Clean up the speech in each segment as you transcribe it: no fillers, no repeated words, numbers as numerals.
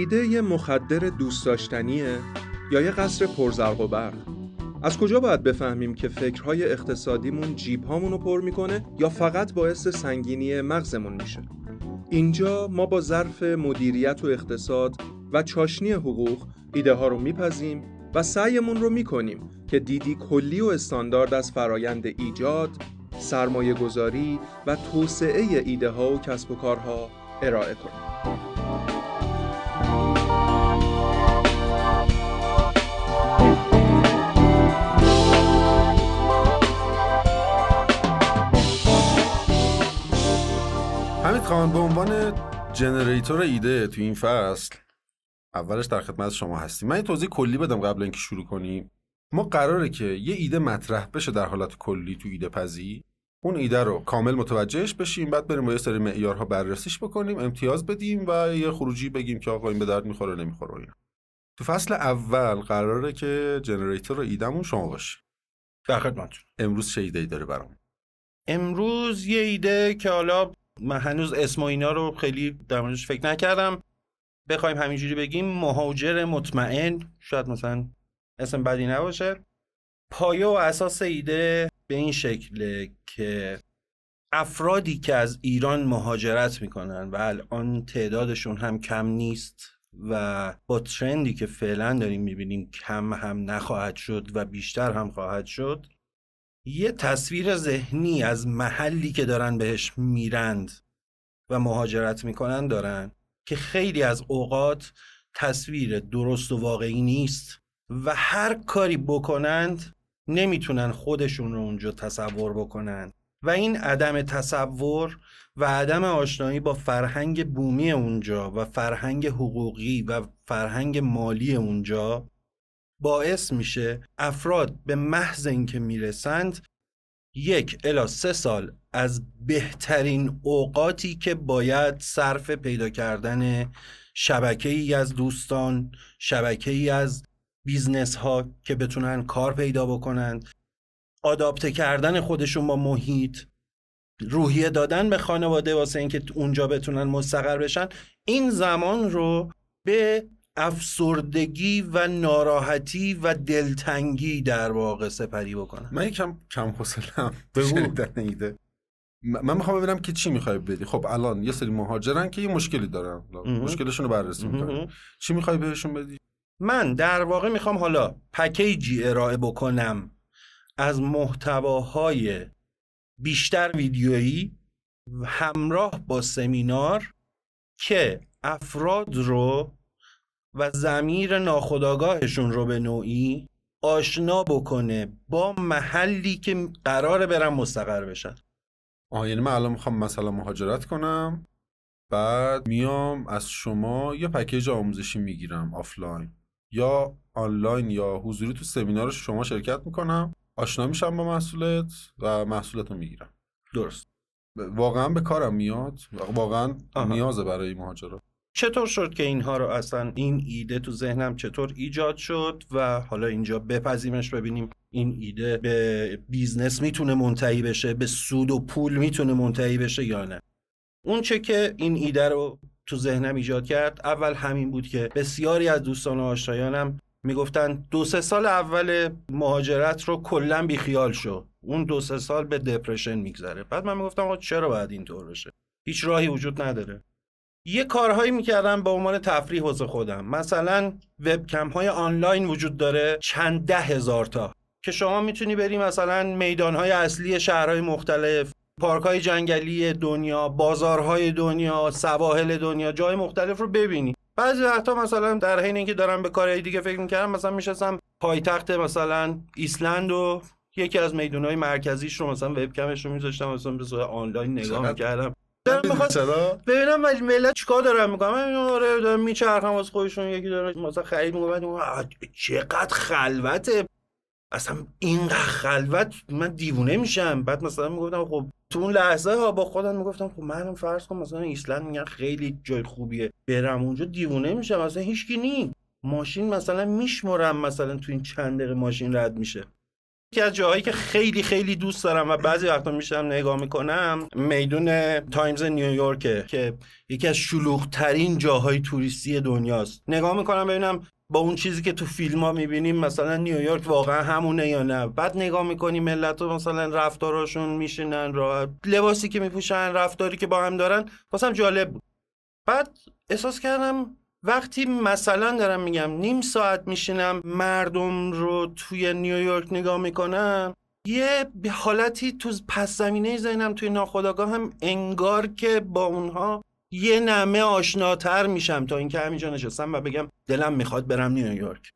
ایده یه مخدر دوست داشتنیه یا یه قصر پرزرق و برق؟ از کجا باید بفهمیم که فکرهای اقتصادیمون جیب‌هامونو پر میکنه یا فقط باعث سنگینی مغزمون میشه؟ اینجا ما با ظرف مدیریت و اقتصاد و چاشنی حقوق ایده ها رو میپزیم و سعیمون رو میکنیم که دیدی کلی و استاندارد از فرایند ایجاد، سرمایه گذاری و توسعه ایده ها و کسب و کارها ارائه کنیم. حمید خان، به عنوان جنریتور ایده تو این فصل اولش در خدمت شما هستیم. من یه توضیح کلی بدم قبل اینکه شروع کنیم. ما قراره که یه ایده مطرح بشه در حالت کلی تو ایده پزی، اون ایده رو کامل متوجهش بشیم، بعد بریم با یه سری معیارها بررسیش بکنیم، امتیاز بدیم و یه خروجی بگیم که آقا این به درد میخوره نمیخوره اینا. تو فصل اول قراره که جنریتور ایدهمون شما باشی. در خدمتتون. امروز چه ایده‌ای داری برام؟ امروز یه ایده که حالا من هنوز اسم و اینا رو خیلی در موردش فکر نکردم، بخوایم همینجوری بگیم مهاجر مطمئن، شاید مثلا اسم بدی نباشه. پایه و اساس ایده به این شکله که افرادی که از ایران مهاجرت میکنن و الان تعدادشون هم کم نیست و با ترندی که فعلا داریم میبینیم کم هم نخواهد شد و بیشتر هم خواهد شد، یه تصویر ذهنی از محلی که دارن بهش میرند و مهاجرت میکنن دارن که خیلی از اوقات تصویر درست و واقعی نیست و هر کاری بکنند نمیتونن خودشون رو اونجا تصور بکنن و این عدم تصور و عدم آشنایی با فرهنگ بومی اونجا و فرهنگ حقوقی و فرهنگ مالی اونجا باعث میشه افراد به محض اینکه میرسند 1 الی 3 سال از بهترین اوقاتی که باید صرف پیدا کردن شبکه‌ای از دوستان، شبکه‌ای از بیزنس ها که بتونن کار پیدا بکنند، آداپته کردن خودشون با محیط، روحیه دادن به خانواده واسه اینکه اونجا بتونن مستقر بشن، این زمان رو به افسردگی و ناراحتی و دلتنگی در واقع سپری بکنن. من یکم کم حوصله‌ام شنیدن ایده. من میخوام ببینم که چی میخوای بدی. خب الان یه سری مهاجرن که یه مشکلی دارن، مشکلشون رو بررسی میکنیم. چی میخوای بهشون بدی؟ من در واقع میخوام حالا پکیجی ارائه بکنم از محتواهای بیشتر ویدیویی همراه با سمینار که افراد رو و ضمیر ناخودآگاهشون رو به نوعی آشنا بکنه با محلی که قراره برن مستقر بشن. یعنی من الان میخوام مثلا مهاجرت کنم، بعد میام از شما یه پکیج آموزشی میگیرم، آفلاین یا آنلاین یا حضوری، تو سمینار شما شرکت میکنم، آشنا میشم با محصولت و محصولتو میگیرم. درست. واقعا به کارم میاد؟ واقعا نیازه برای مهاجرت؟ چطور شد که اینها رو اصلا این ایده تو ذهنم چطور ایجاد شد و حالا اینجا بپذیمش ببینیم این ایده به بیزنس میتونه منتهی بشه، به سود و پول میتونه منتهی بشه یا نه. اون چه که این ایده رو تو ذهنم ایجاد کرد اول همین بود که بسیاری از دوستان و آشنایانم میگفتن 2-3 سال اول مهاجرت رو کلا بیخیال شو، اون 2-3 سال به دپرشن میگذره. بعد من میگفتم چرا باید اینطور بشه؟ هیچ راهی وجود نداره. یه کارهایی میکردم به عنوان تفریح واسه خودم. مثلا وبکم های آنلاین وجود داره چند 10,000 تا که شما میتونی بری مثلا میدانهای اصلی شهرهای مختلف، پارکهای جنگلی دنیا، بازارهای دنیا، سواحل دنیا، جای مختلف رو ببینی. بعضی وقتا مثلا در حین اینکه دارم به کارهای دیگه فکر میکردم، مثلا میشستم پایتخت مثلا ایسلند و یکی از میدانهای مرکزیش رو مثلا وبکمش رو میذاشتم مثلا به صورت آنلاین نگاه میکردم. ببینم ملت چیکار دارن میکنن. من آره دارم میچرخم واسه خودشون، یکی داره مثلا خرید میکنه، چقدر خلوته، اصلا اینقدر خلوت من دیوونه میشم. بعد مثلا میگفتم خب تو اون لحظه ها با خودم میگفتم خب منم فرض کنم مثلا ایسلند میگن خیلی جای خوبیه، برم اونجا دیوونه میشم، اصلا هیچکی نی، ماشین مثلا میشمرم مثلا تو این چند دقیقه ماشین رد میشه. یکی از جاهایی که خیلی خیلی دوست دارم و بعضی وقتا میشم نگاه میکنم میدون تایمز نیویورکه که یکی از شلوغ‌ترین جاهای توریستی دنیاست. نگاه میکنم ببینم با اون چیزی که تو فیلم‌ها میبینیم مثلا نیویورک واقعا همونه یا نه. بعد نگاه میکنی ملت‌ها مثلا رفتاراشون میشینن راحت، لباسی که میپوشن، رفتاری که با هم دارن، واسم جالب بود. بعد احساس کردم وقتی مثلا دارم میگم نیم ساعت میشینم مردم رو توی نیویورک نگاه میکنم، یه حالتی تو پس زمینه ذهنم توی ناخودآگاه هم انگار که با اونها یه نمه آشناتر میشم تا اینکه همینجا نشستم و بگم دلم میخواد برم نیویورک.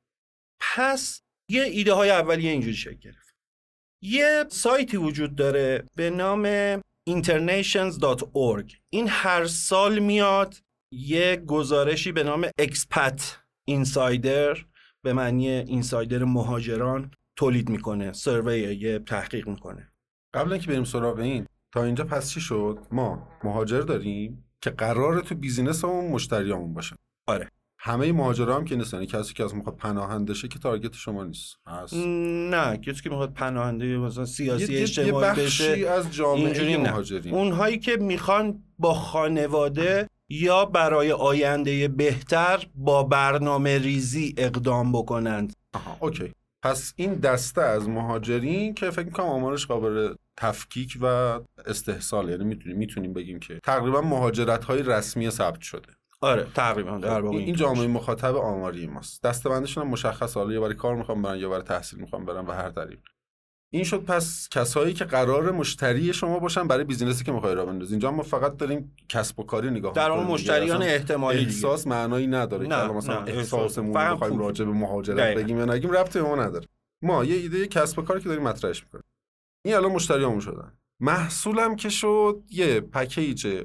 پس یه ایده های اولیه اینجوری شکل گرفت. یه سایتی وجود داره به نام internations.org. این هر سال میاد یه گزارشی به نام اکسپت اینسایدر، به معنی اینسایدر مهاجران، تولید میکنه، سروی، یه تحقیق میکنه. قبل اینکه بریم سراغ این، تا اینجا پس چی شد؟ ما مهاجر داریم که قراره تو بیزینسمون مشتریامون باشن. آره. همه مهاجرا هم که نیستن. کسی که از میخواد پناهنده شه که تارگت شما نیست. نه، کسی که میخواد پناهنده مثلا سیاسی اجتماعی بشه، یه بخشی از جامعه مهاجرین. اونهایی که میخوان با خانواده یا برای آینده بهتر با برنامه ریزی اقدام بکنند. اوکی. پس این دسته از مهاجرین که فکر میکنم آمارش قابل تفکیک و استحصال، یعنی میتونیم بگیم که تقریبا مهاجرت‌های رسمی ثبت شده. آره تقریبا در واقع این جامعه مخاطب آماری ماست. دسته‌بندیشون هم مشخصه، حالا یا برای کار میخوام برن یا برای تحصیل میخوام برن و هر طریق. این شد پس کسایی که قرار مشتری شما باشن برای بیزینسی که می‌خوای راه بندازی. اینجا ما فقط داریم کسب و کاری نگاه در اون مشتریان احتمالی. احساس معنایی نداره که مثلا احساسمون بخوایم راجع به مهاجرت بگیم یا نگیم، ربطی به ما نداره. ما یه ایده کسب و کاری که داریم مطرحش می‌کنیم. این الان مشتریامون شدن. محصولم که شد یه پکیج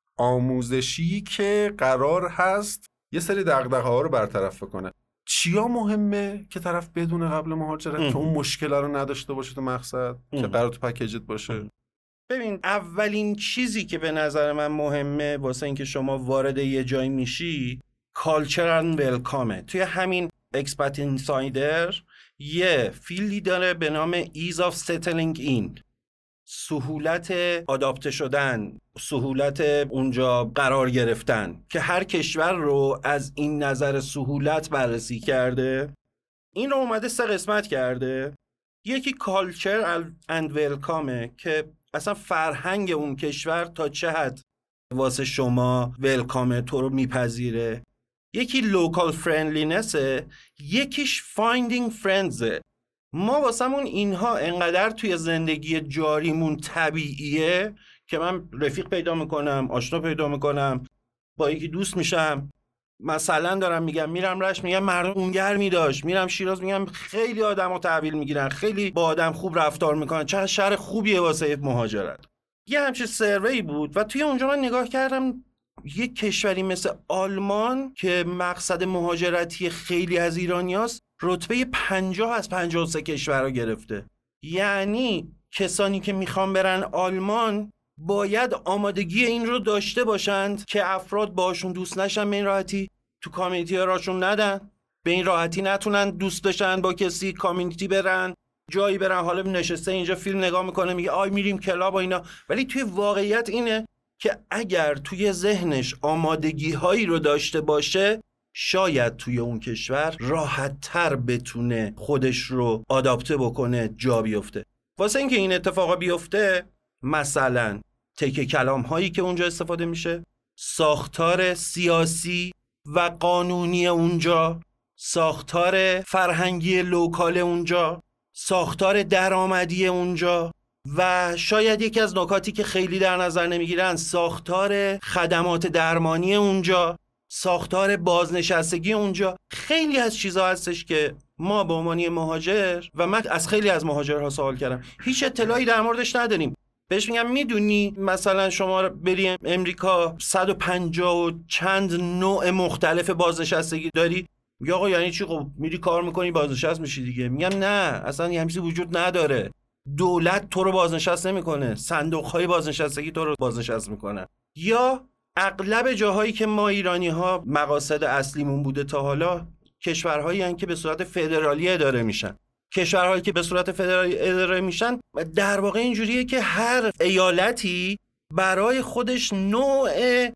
آموزشی که قرار هست یه سری دغدغه‌ها رو برطرف کنه. چیا مهمه که طرف بدونه قبل مهاجرت که اون مشکل رو نداشته باشه تو مقصد که قرار تو پکیجت باشه؟ ببین، اولین چیزی که به نظر من مهمه واسه اینکه شما وارد یه جایی میشی، کالچر اند ولکامه. توی همین اکسپت اینسایدر یه فیلدی داره به نام ایز آف ستلینگ این، سهولت آداپته شدن، سهولت اونجا قرار گرفتن، که هر کشور رو از این نظر سهولت بررسی کرده. این رو اومده 3 قسمت کرده. یکی کالچر اند ولکامه که اصلا فرهنگ اون کشور تا چه حد واسه شما ولکامه، تو رو میپذیره. یکی لوکال فرندلینسه، یکیش فایندینگ فرندزه. ما واسمون اینها انقدر توی زندگی جاریمون طبیعیه که من رفیق پیدا میکنم، آشنا پیدا میکنم، با یکی دوست میشم. مثلا دارم میگم میرم رشت، میگم مردم اونگرمی داشت، میرم شیراز، میگم خیلی آدمو تحویل میگیرن، خیلی با آدم خوب رفتار میکنن، چه شهر خوبیه واسه مهاجرت. یه همچین سروی بود و توی اونجا من نگاه کردم یه کشوری مثل آلمان که مقصد مهاجرتی خیلی از ایرانیاست، رتبه 50 از 53 کشور رو گرفته. یعنی کسانی که میخوان برن آلمان باید آمادگی این رو داشته باشند که افراد باشون دوست نشن، به این راحتی تو کامیونیتی راشون ندن، به این راحتی نتونن دوست بشن با کسی، کامیونیتی برن، جایی برن، حالا نشسته اینجا فیلم نگاه میکنه میگه آی میریم کلاب و اینا. ولی توی واقعیت اینه که اگر توی ذهنش آمادگی هایی رو داشته باشه، شاید توی اون کشور راحت تر بتونه خودش رو آداپته بکنه، جا بیفته. واسه اینکه این اتفاقا بیفته، مثلا تکه کلام هایی که اونجا استفاده میشه، ساختار سیاسی و قانونی اونجا، ساختار فرهنگی لوکال اونجا، ساختار درآمدی اونجا و شاید یکی از نکاتی که خیلی در نظر نمیگیرن، ساختار خدمات درمانی اونجا، ساختار بازنشستگی اونجا. خیلی از چیزا هستش که ما به عنوان مهاجر، و من از خیلی از مهاجرها سوال کردم، هیچ اطلاعی در موردش نداریم. بهش میگم میدونی مثلا شما بری امریکا 150 و چند نوع مختلف بازنشستگی داری؟ میگه آقا یعنی چی؟ خب میری کار میکنی بازنشست میشی دیگه. میگم نه، اصلا یه چیزی وجود نداره. دولت تو رو بازنشست نمیکنه، صندوق‌های بازنشستگی تو رو بازنشست میکنه. یا اغلب جاهایی که ما ایرانی ها مقاصد اصلیمون بوده تا حالا، کشورهایی هستند که به صورت فدرالی اداره میشن. کشورهایی که به صورت فدرالی اداره میشن در واقع اینجوریه که هر ایالتی برای خودش نوع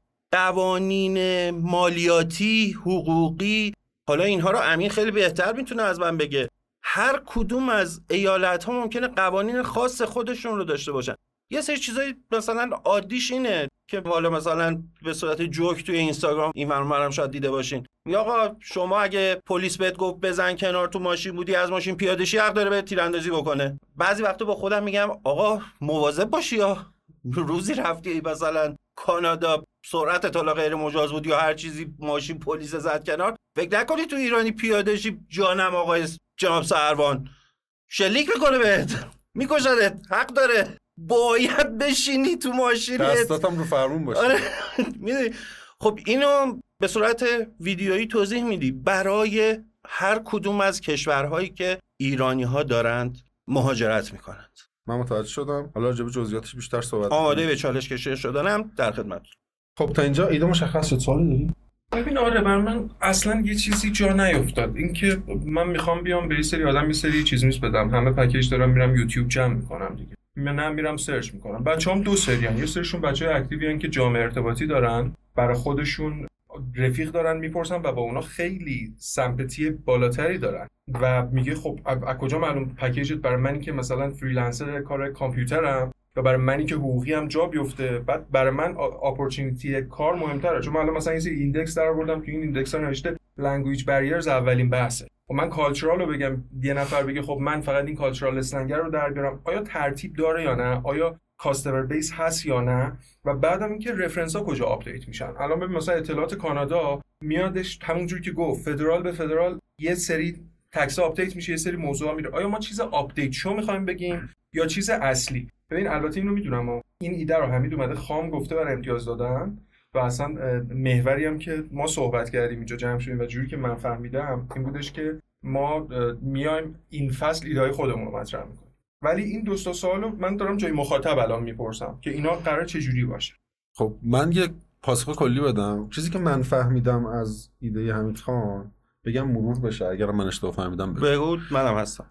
قوانین مالیاتی، حقوقی، حالا اینها رو امین خیلی بهتر میتونه از من بگه، هر کدوم از ایالت‌ها ممکنه قوانین خاص خودشون رو داشته باشن. یه سری چیزای مثلا عادیش اینه که حالا مثلا به صورت جوک توی اینستاگرام این ورم شاید دیده باشین، میگه آقا شما اگه پلیس بهت گفت بزن کنار، تو ماشین بودی از ماشین پیاده شی، حق داره بهت تیراندازی بکنه. بعضی وقتا با خودم میگم آقا مواظب باشی، یا روزی رفتی مثلا کانادا سرعت تا غیر مجاز بود یا هر چیزی، ماشین پلیس زد کنار، فکر نکنی تو ایرانی پیاده شی جانم آقای جناب سروان شلیک میکنه بهت، میکشدت، حق داره، باید بشینی تو ماشین، دستاتم رو فرمون باشه. آره میدونی. خب اینو به صورت ویدیویی توضیح میدی برای هر کدوم از کشورهایی که ایرانی ها دارند مهاجرت میکنند. من متوجه شدم. حالا راجع به جزئیاتش بیشتر صحبت آماده به چالش کشی شدنم، در خدمت. خب تا اینجا ایده مشخص شد. سوالی داری؟ ببین آره، بر من اصلا یه چیزی جا نیفتاد. اینکه من میخوام بیام به یه سری آدم یه سری چیز میز بدم، همه پکیج دارم، میرم یوتیوب جمع میکنم دیگه، من میرم سرچ میکنم. بچه‌ام دو سریان، یه سریشون بچه‌های اکتیوین که جامعه ارتباطی دارن، برای خودشون رفیق دارن میپرسن و با اونا خیلی سمپاتی بالاتری دارن و میگه خب از کجا معلوم پکیجت برای منی که مثلا فریلنسر کار کامپیوترم یا برای منی که حقوقی هم جا بیفته، بعد برای من اپورتونتی کار مهمتره. چون من الان مثلا یه ایندکس درآوردم که این ایندکس ها نوشته لنگویج بریرز اولین بحثه. خب من کالچرال رو بگم، یه نفر بگه خب من فقط این کالچرال اسلنگر رو در بیارم، آیا ترتیب داره یا نه، آیا کاستمر بیس هست یا نه، و بعدم اینکه رفرنس ها کجا آپدیت میشن. الان ببین مثلا اطلاعات کانادا میادش همونجوری که گفت فدرال به فدرال یه سری تکس آپدیت میشه، یه سری موضوعا میره. آیا ما چیز آپدیت شو میخوایم بگیم یا چیز اصلی؟ ببین البته اینو میدونم این ایده رو حمید اومده خام گفته برای امتیاز دادن و اصلا محوری هم که ما صحبت کردیم اینجا جمع شدیم و جوری که من فهمیدم این بودش که ما میایم این فصل ایده‌های خودمون رو مطرح میکنیم، ولی این دو تا سوالو من دارم جای مخاطب الان میپرسم که اینا قرار چه جوری باشه. خب من یک پاسخ کلی بدم. چیزی که من فهمیدم از ایده حمید خان بگم مرور بشه، اگر من اشتباه فهمیدم بگو، منم هستم.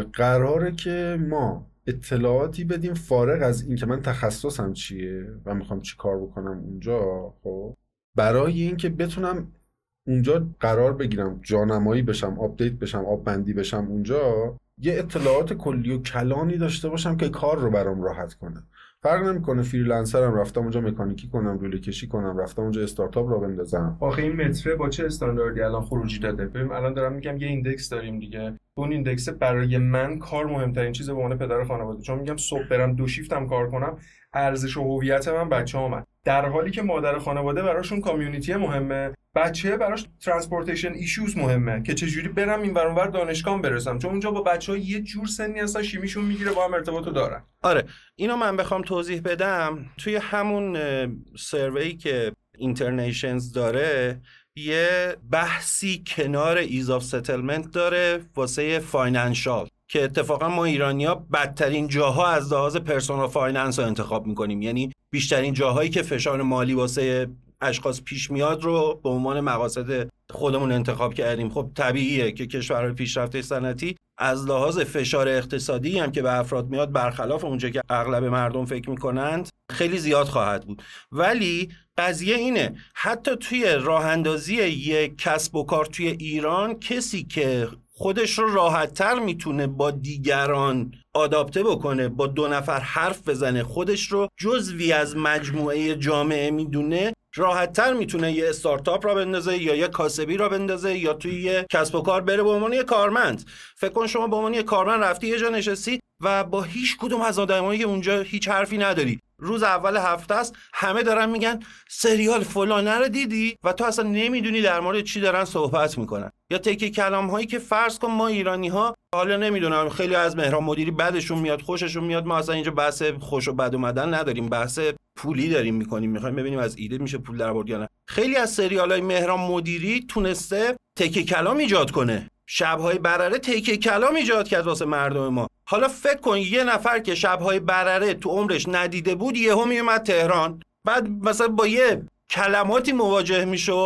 قراره که ما اطلاعاتی بدیم فارغ از این که من تخصصم چیه و میخوام چی کار بکنم اونجا، خب برای این که بتونم اونجا قرار بگیرم، جانمایی بشم، آپدیت بشم، آب بندی بشم اونجا، یه اطلاعات کلی و کلانی داشته باشم که کار رو برام راحت کنه. فرق نمیکنه فریلنسرم رفتم اونجا مکانیکی کنم، لوله کشی کنم، رفتم اونجا استارتاپ را بندازم. آخه این متره با چه استانداردی الان خروجی داده؟ ببین الان دارم میگم یه ایندکس داریم دیگه، اون ایندکس برای من کار مهمترین چیزه به عنوان پدر خانواده، چون میگم صبح برم دو شیفتم کار کنم، ارزش و هویت من بچه‌ام، در حالی که مادر خانواده براشون کامیونیتی مهمه، بچه براش ترانسپورتیشن ایشوز مهمه که چجوری برم این ور اون ور دانشگاه برسم، چون اونجا با بچه‌ها یه جور سنی هستن شیمیشون میگیره، با هم ارتباطو دارن. آره اینو من بخوام توضیح بدم، توی همون سروی که اینترنیشنز داره یه بحثی کنار ایز آف ستلمنت داره واسه فاینانشال، که اتفاقا ما ایرانی‌ها بدترین جاها از لحاظ پرسونال فایننس رو انتخاب می‌کنیم، یعنی بیشترین جاهایی که فشار مالی واسه اشخاص پیش میاد رو به عنوان مقاصد خودمون انتخاب کردیم. خب طبیعیه که کشورهای پیشرفته صنعتی از لحاظ فشار اقتصادی هم که به افراد میاد برخلاف اونجا که اغلب مردم فکر میکنند خیلی زیاد خواهد بود. ولی قضیه اینه حتی توی راه اندازی یک کسب و کار توی ایران، کسی که خودش رو راحت‌تر میتونه با دیگران آداپته بکنه، با دو نفر حرف بزنه، خودش رو جزوی از مجموعه جامعه میدونه، راحت‌تر میتونه یه استارتاپ را بندازه یا یه کاسبی را بندازه یا توی یه کسب و کار بره به عنوان یه کارمند. فکر کن شما به عنوان یه کارمند رفتی یه جا نشستی و با هیچ کدوم از آدمایی که اونجا هیچ حرفی نداری، روز اول هفته است همه دارن میگن سریال فلانه رو دیدی و تو اصلا نمیدونی در مورد چی دارن صحبت میکنن، یا تکه کلام هایی که فرض کن ما ایرانی ها، حالا نمیدونم خیلی از مهران مدیری بعدشون میاد خوششون میاد، ما اصلا اینجا بحث خوش و بد اومدن نداریم، بحث پولی داریم میکنیم، میخوایم ببینیم از ایده میشه پول در آورد یا نه. خیلی از سریال های مهران مدیری تونسته تکه کلام ایجاد کنه، شب‌های برره تکه کلام ایجاد کرد واسه مردم ما. حالا فکر کن یه نفر که شب‌های برره تو عمرش ندیده بود یهو میومد تهران، بعد مثلا با یه کلماتی مواجه میشد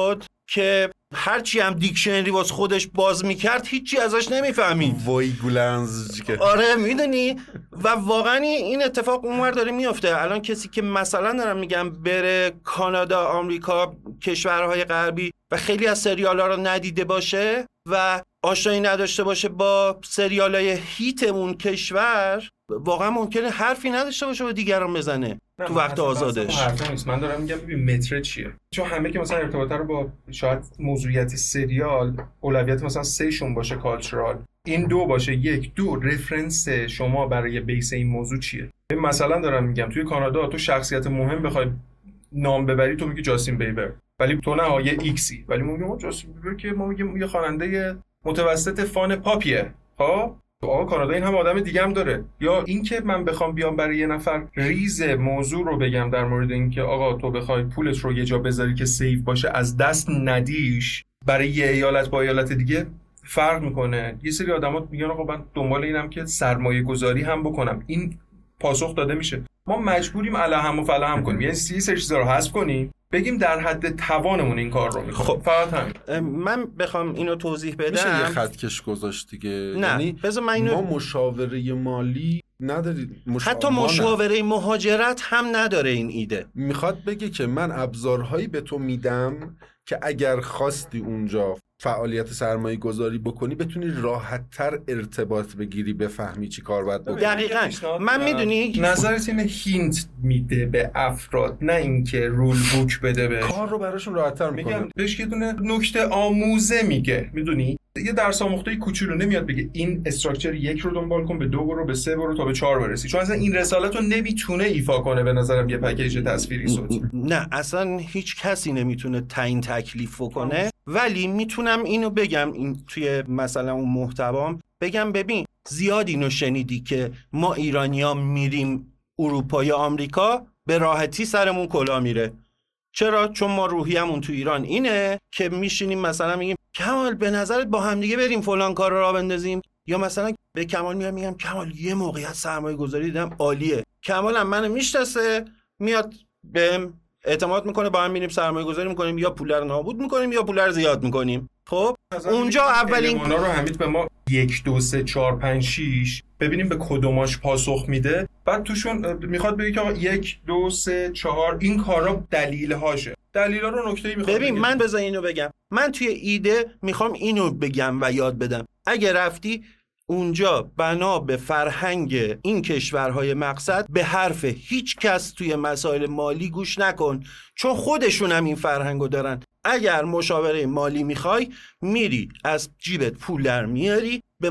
که هرچی هم دیکشنری واس خودش باز میکرد هیچی ازش نمیفهمید. وای گولنز که آره میدونی. و واقعا این اتفاق اونور داره میفته. الان کسی که مثلا دارم میگم بره کانادا، آمریکا، کشورهای غربی و خیلی از سریالا رو ندیده باشه و آشنایی نداشته باشه با سریالای هیتمون کشور، واقعا ممکنه حرفی نداشته باشه و دیگران بزنه تو وقت آزادش. نیست. من دارم میگم ببین متر چیه، چون همه که مثلا ارتباطه رو با شاید موضوعیت سریال اولویت مثلا 3 شون باشه کالچورال، این 2 باشه 1 2 رفرنس شما برای بیس این موضوع چیه. مثلا دارم میگم توی کانادا تو شخصیت مهم بخوای نام ببری تو میگی جاستین بیبر، ولی تو نه یه ایکسی، ولی ما میگیم جاستین بیبر که ما میگیم یه خواننده متوسط فان پاپیه. ها آقا کانادا این هم آدم دیگه هم داره. یا این که من بخوام بیام برای یه نفر ریز موضوع رو بگم در مورد این که آقا تو بخوای پولت رو یه جا بذاری که سیف باشه از دست ندیش، برای یه ایالت با ایالت دیگه فرق میکنه. یه سری آدما میگن آقا من دنبال اینم که سرمایه گذاری هم بکنم، این پاسخ داده میشه. ما مجبوریم الهم و فلهم کنیم، یعنی سری چیزا رو حذف کنیم، بگیم در حد توانمون این کار رو میکنیم. خب فقط همین. من بخوام اینو توضیح بدم، میشه یه خطکش گذاشت دیگه. یعنی ما مشاوره مالی نداریم، حتی مشاوره مهاجرت هم نداره این ایده. میخواد بگه که من ابزارهایی به تو میدم که اگر خواستی اونجا فعالیت سرمایه گذاری بکنی بتونی راحت تر ارتباط بگیری، بفهمی چی کار باید بکنی. دقیقاً. من میدونی نظرت اینه هینت میده به افراد، نه اینکه رول بوک بده بهش، کار رو براشون راحت تر میکنه. میگم بهش یه دونه نکته آموزه میگه، میدونی یه درس آموخته کوچولو نمیاد بگه این استراکچر 1 رو دنبال کن، به 2 برو، به 3 برو تا به 4 برسی، چون اصلا این رسالت رو نمیتونه ایفا کنه به نظرم یه پکیج تصویری صوتی. نه اصلا هیچ کسی نمیتونه تعیین تکلیف کنه. ولی میتونم اینو بگم، این توی مثلا اون محتوام بگم ببین زیاد اینو شنیدی که ما ایرانی‌ها میریم اروپا یا آمریکا به راحتی سرمون کلا میره. چرا؟ چون ما روحیه‌مون تو ایران اینه که میشینیم مثلا میگیم کمال به نظرت با همدیگه بریم فلان کار رو راه بندازیم، یا مثلا به کمال میگم کمال یه موقعیت سرمایه گذاری دیدم عالیه، کمال هم منو میشناسه میاد بهم اعتماد میکنه، با هم میریم سرمایه گذاری میکنیم، یا پول رو نابود میکنیم یا پول رو زیاد میکنیم. خب اونجا اولین اونا رو حمید به ما 1 2 3 4 5 6 ببینیم به کدوماش پاسخ میده، بعد توشون میخواد بگه که 1 2 3 4 این کارا دلیل هاشه، دلیلا رو نکته‌ای میخواد ببین من بذار اینو بگم، من توی ایده میخوام اینو بگم و یاد بدم. اگه رفتی اونجا بنا به فرهنگ این کشورهای مقصد به حرف هیچ کس توی مسائل مالی گوش نکن، چون خودشون هم این فرهنگو دارن. اگر مشاوره مالی میخوای میری از جیبت پول در میاری، به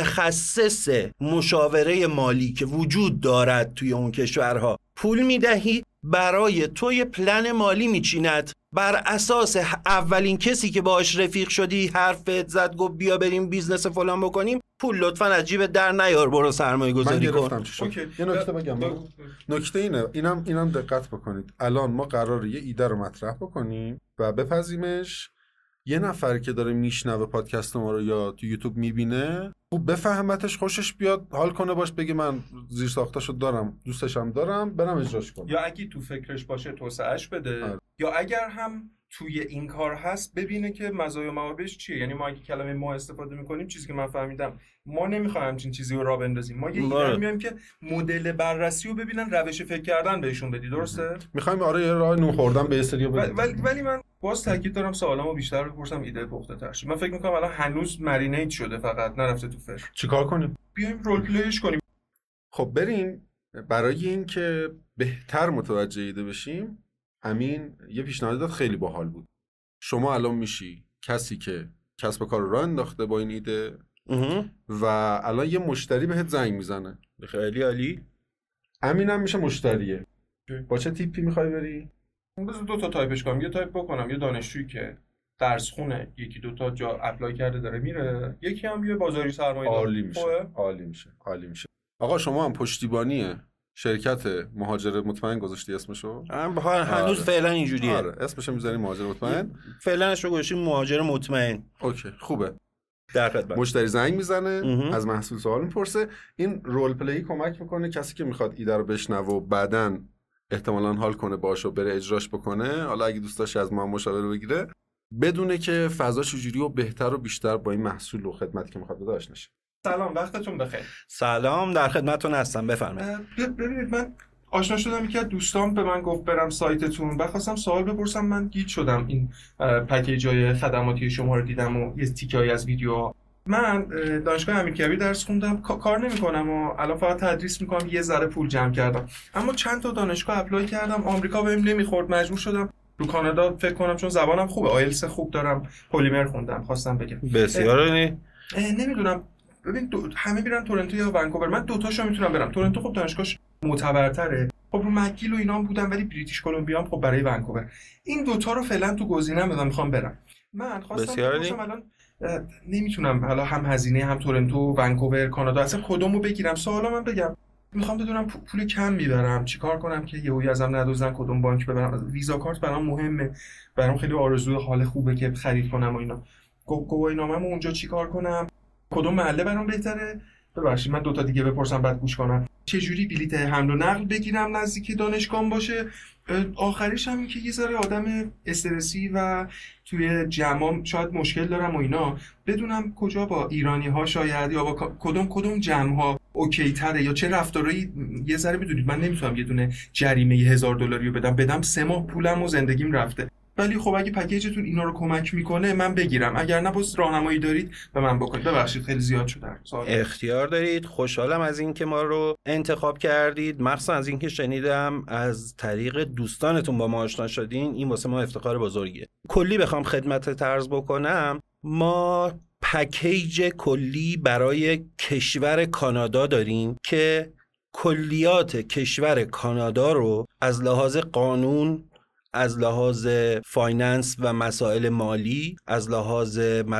متخصص مشاوره مالی که وجود دارد توی اون کشورها پول میدهی، برای توی پلن مالی میچیند، بر اساس اولین کسی که باهاش رفیق شدی حرفت زد گفت بیا بریم بیزنس فلان بکنیم، پول لطفاً از جیبت در نیار، برو سرمایه گذاری کن. یه نکته بگم. نکته اینه، اینم دقت بکنید. الان ما قراره یه ایده رو مطرح بکنیم و بپذیمش. یه نفر که داره میشنوه پادکست ما رو یا تو یوتیوب میبینه خوب بفهمتش، خوشش بیاد، حال کنه باش، بگه من زیر ساختاشو دارم، دوستشم دارم، برم اجراش کنم. یا اگه تو فکرش باشه توسعهش بده. یا اگر هم توی این کار هست ببینه که مزایا و معایبش چیه. یعنی ما اگه کلمه ما استفاده میکنیم، چیزی که من فهمیدم ما نمیخوایم همچین چیزی رو راه بندازیم، ما یه ایده میایم که مدل بررسی رو ببینن، روش فکر کردن بهشون بدی. درسته؟ میخوایم آره یه راه نون خوردن به سری بدیم. ولی من باز تاکید دارم سوالامو بیشتر بپرسم، ایده پخته تر شه. من فکر میکنم الان هنوز مرینیت شده، فقط نرفته تو فکر. چیکار کنیم؟ بیایم رول پلیش کنیم. خب بریم. برای این که بهتر متوجه ایده بشیم، امین یه پیشنهاد داد خیلی باحال بود. شما الان میشی کسی که کسب و کار رو راه انداخته با این ایده و الان یه مشتری بهت زنگ میزنه. خیلی عالی. امینم میشه مشتریه. با چه تیپی میخوای بری؟ بذار 2 تا تایپش کنم. یه تایپ بکنم یه دانشجویی که درس خونه 1-2 تا جا اپلای کرده داره میره، یکی هم یه بازاری سرمایه‌دار. عالی میشه. آقا شما هم پشتیبانی شرکت مهاجر مطمئن گذاشتی اسمشو؟ هنوز فعلا اینجوریه. آره اسمشو میذاریم مهاجر مطمئن. فعلا اسمشو گذاشتیم مهاجر مطمئن. اوکی خوبه. در خدمت. مشتری زنگ میزنه، از محصول سوال میپرسه. این رول پلی کمک میکنه کسی که میخواد ایده رو بشنوه و بعدن احتمالاً حال کنه باهاش و بره اجراش بکنه، حالا اگه دوست داشته از ما مشاوره بگیره، بدونه که فضا چجوری و بهتر و بیشتر با این محصول و خدمتی که میخواد بده آشنا شه. سلام، وقتتون بخیر. سلام، در خدمتتون هستم، بفرمایید. ببینید، من آشنا شدم، یکی از دوستان به من گفت برم سایتتون و خواستم سوال بپرسم. من گیج شدم، این پکیج‌های خدماتی شما رو دیدم و یه تیکه‌ای از ویدیوها. من دانشگاه امیرکبیر درس خوندم، کار نمی‌کنم و الان فقط تدریس می‌کنم، یه ذره پول جمع کردم. اما چند تا دانشگاه اپلای کردم، آمریکا بهم نمیخورد، مجبور شدم رو کانادا فکر کنم، چون زبانم خوبه، آیلتس خوب دارم، پلیمر خوندم. خواستم بگم بسیار نمیدونم. ببین همه میرن تورنتو یا ونکوور، من دوتاشو میتونم برم. تورنتو خب دانشگاهش معتبرتره، خب رو مکگیل و اینا هم بودم، ولی بریتیش کلمبیا هم خب برای ونکوور. این دوتا رو فعلا تو گزینه‌ام بدم، میخوام برم. من خواستم الان نمیتونم، حالا هم هزینه، هم تورنتو، ونکوور، کانادا، اصلا کدومو بگیرم؟ سوالا من بگم، میخوام بدونم پول کم میبرم چیکار کنم که یهو ازم ندوزن، کدوم بانک ببرم. ویزا کارت برام مهمه، برام خیلی آرزوی حال خوبه که خرید کنم و اینا. گواهینامه‌مو اونجا چیکار کنم؟ کدوم محله برام بهتره؟ ببخشید من دوتا دیگه بپرسم بعد گوش کنم. چه جوری بلیط حمل و نقل بگیرم نزدیک دانشگاهم باشه؟ آخریش هم این که یه ذره آدم استرسی و توی جمع شاید مشکل دارم و اینا، بدونم کجا با ایرانی‌ها شاید یا با کدوم جمع‌ها اوکی تره، یا چه رفتارایی. یه ذره میدونید من نمیتونم یه دونه جریمه $1000 رو بدم 3 ماه پولم و زندگیم رفته. ولی خب اگه پکیجتون اینا رو کمک میکنه من بگیرم، اگر نه باز راهنمایی دارید به من بکنید. ببخشید خیلی زیاد شد. اختیار دارید. خوشحالم از این که ما رو انتخاب کردید، مخصوصا از این که شنیدم از طریق دوستانتون با ما آشنا شدین. این واسه ما افتخار بزرگیه. کلی بخوام خدمت عرض بکنم، ما پکیج کلی برای کشور کانادا داریم که کلیات کشور کانادا رو از لحاظ قانون، از لحاظ فایننس و مسائل مالی، از لحاظ